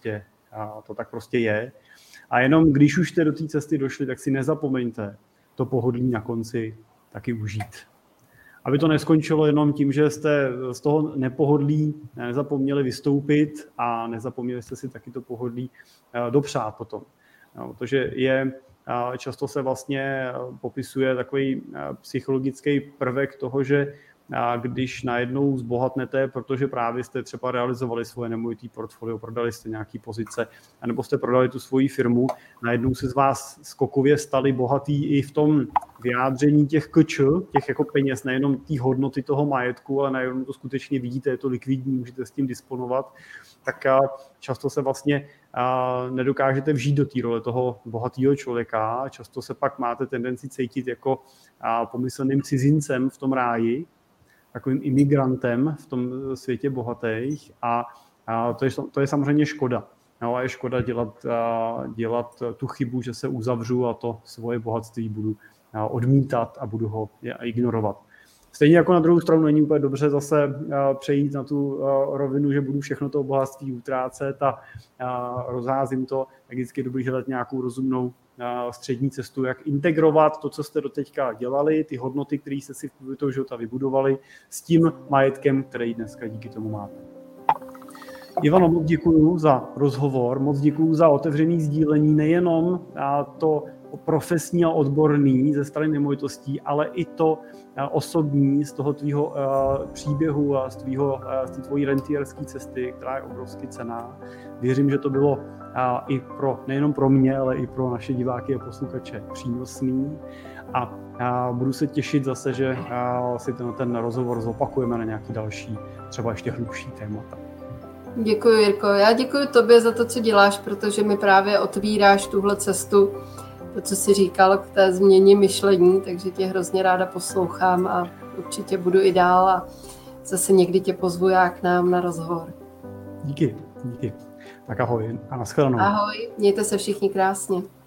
S2: tak prostě je. A jenom když už jste do té cesty došli, tak si nezapomeňte to pohodlí na konci taky užít. Aby to neskončilo jenom tím, že jste z toho nepohodlí nezapomněli vystoupit a nezapomněli jste si taky to pohodlí dopřát potom. Protože často se vlastně popisuje takový psychologický prvek toho, že když najednou zbohatnete, protože právě jste třeba realizovali svoje nemovitý portfolio, prodali jste nějaký pozice, anebo jste prodali tu svoji firmu, najednou se z vás skokově stali bohatý i v tom vyjádření těch těch jako peněz, nejenom té hodnoty toho majetku, ale najednou to skutečně vidíte, je to likvidní, můžete s tím disponovat, tak často se vlastně nedokážete vžít do té role toho bohatého člověka, často se pak máte tendenci cítit jako pomyslným cizincem v tom ráji, takovým imigrantem v tom světě bohatých a to je samozřejmě škoda. No, a je škoda dělat tu chybu, že se uzavřu a to svoje bohatství budu odmítat a budu ho ignorovat. Stejně jako na druhou stranu není úplně dobře zase přejít na tu rovinu, že budu všechno to bohatství utrácet a rozházím to, tak vždycky je dobrý hledat nějakou rozumnou střední cestu, jak integrovat to, co jste doteďka dělali, ty hodnoty, které jste si v průběhu toho života vybudovali, s tím majetkem, který dneska díky tomu máte. Ivano, moc děkuju za rozhovor, moc děkuju za otevřený sdílení, nejenom to profesní a odborný ze strany nemovitostí, ale i to osobní z toho tvýho příběhu a z té tvojí rentierské cesty, která je obrovsky cenná. Věřím, že to bylo i nejenom pro mě, ale i pro naše diváky a posluchače přínosný a budu se těšit zase, že si ten rozhovor zopakujeme na nějaký další, třeba ještě hlubší témata.
S3: Děkuji, Jirko. Já děkuji tobě za to, co děláš, protože mi právě otvíráš tuhle cestu, to, co jsi říkal k té změně myšlení, takže tě hrozně ráda poslouchám a určitě budu i dál a zase někdy tě pozvu já k nám na rozhovor.
S2: Díky. Tak ahoj a nashledanou.
S3: Ahoj, mějte se všichni krásně.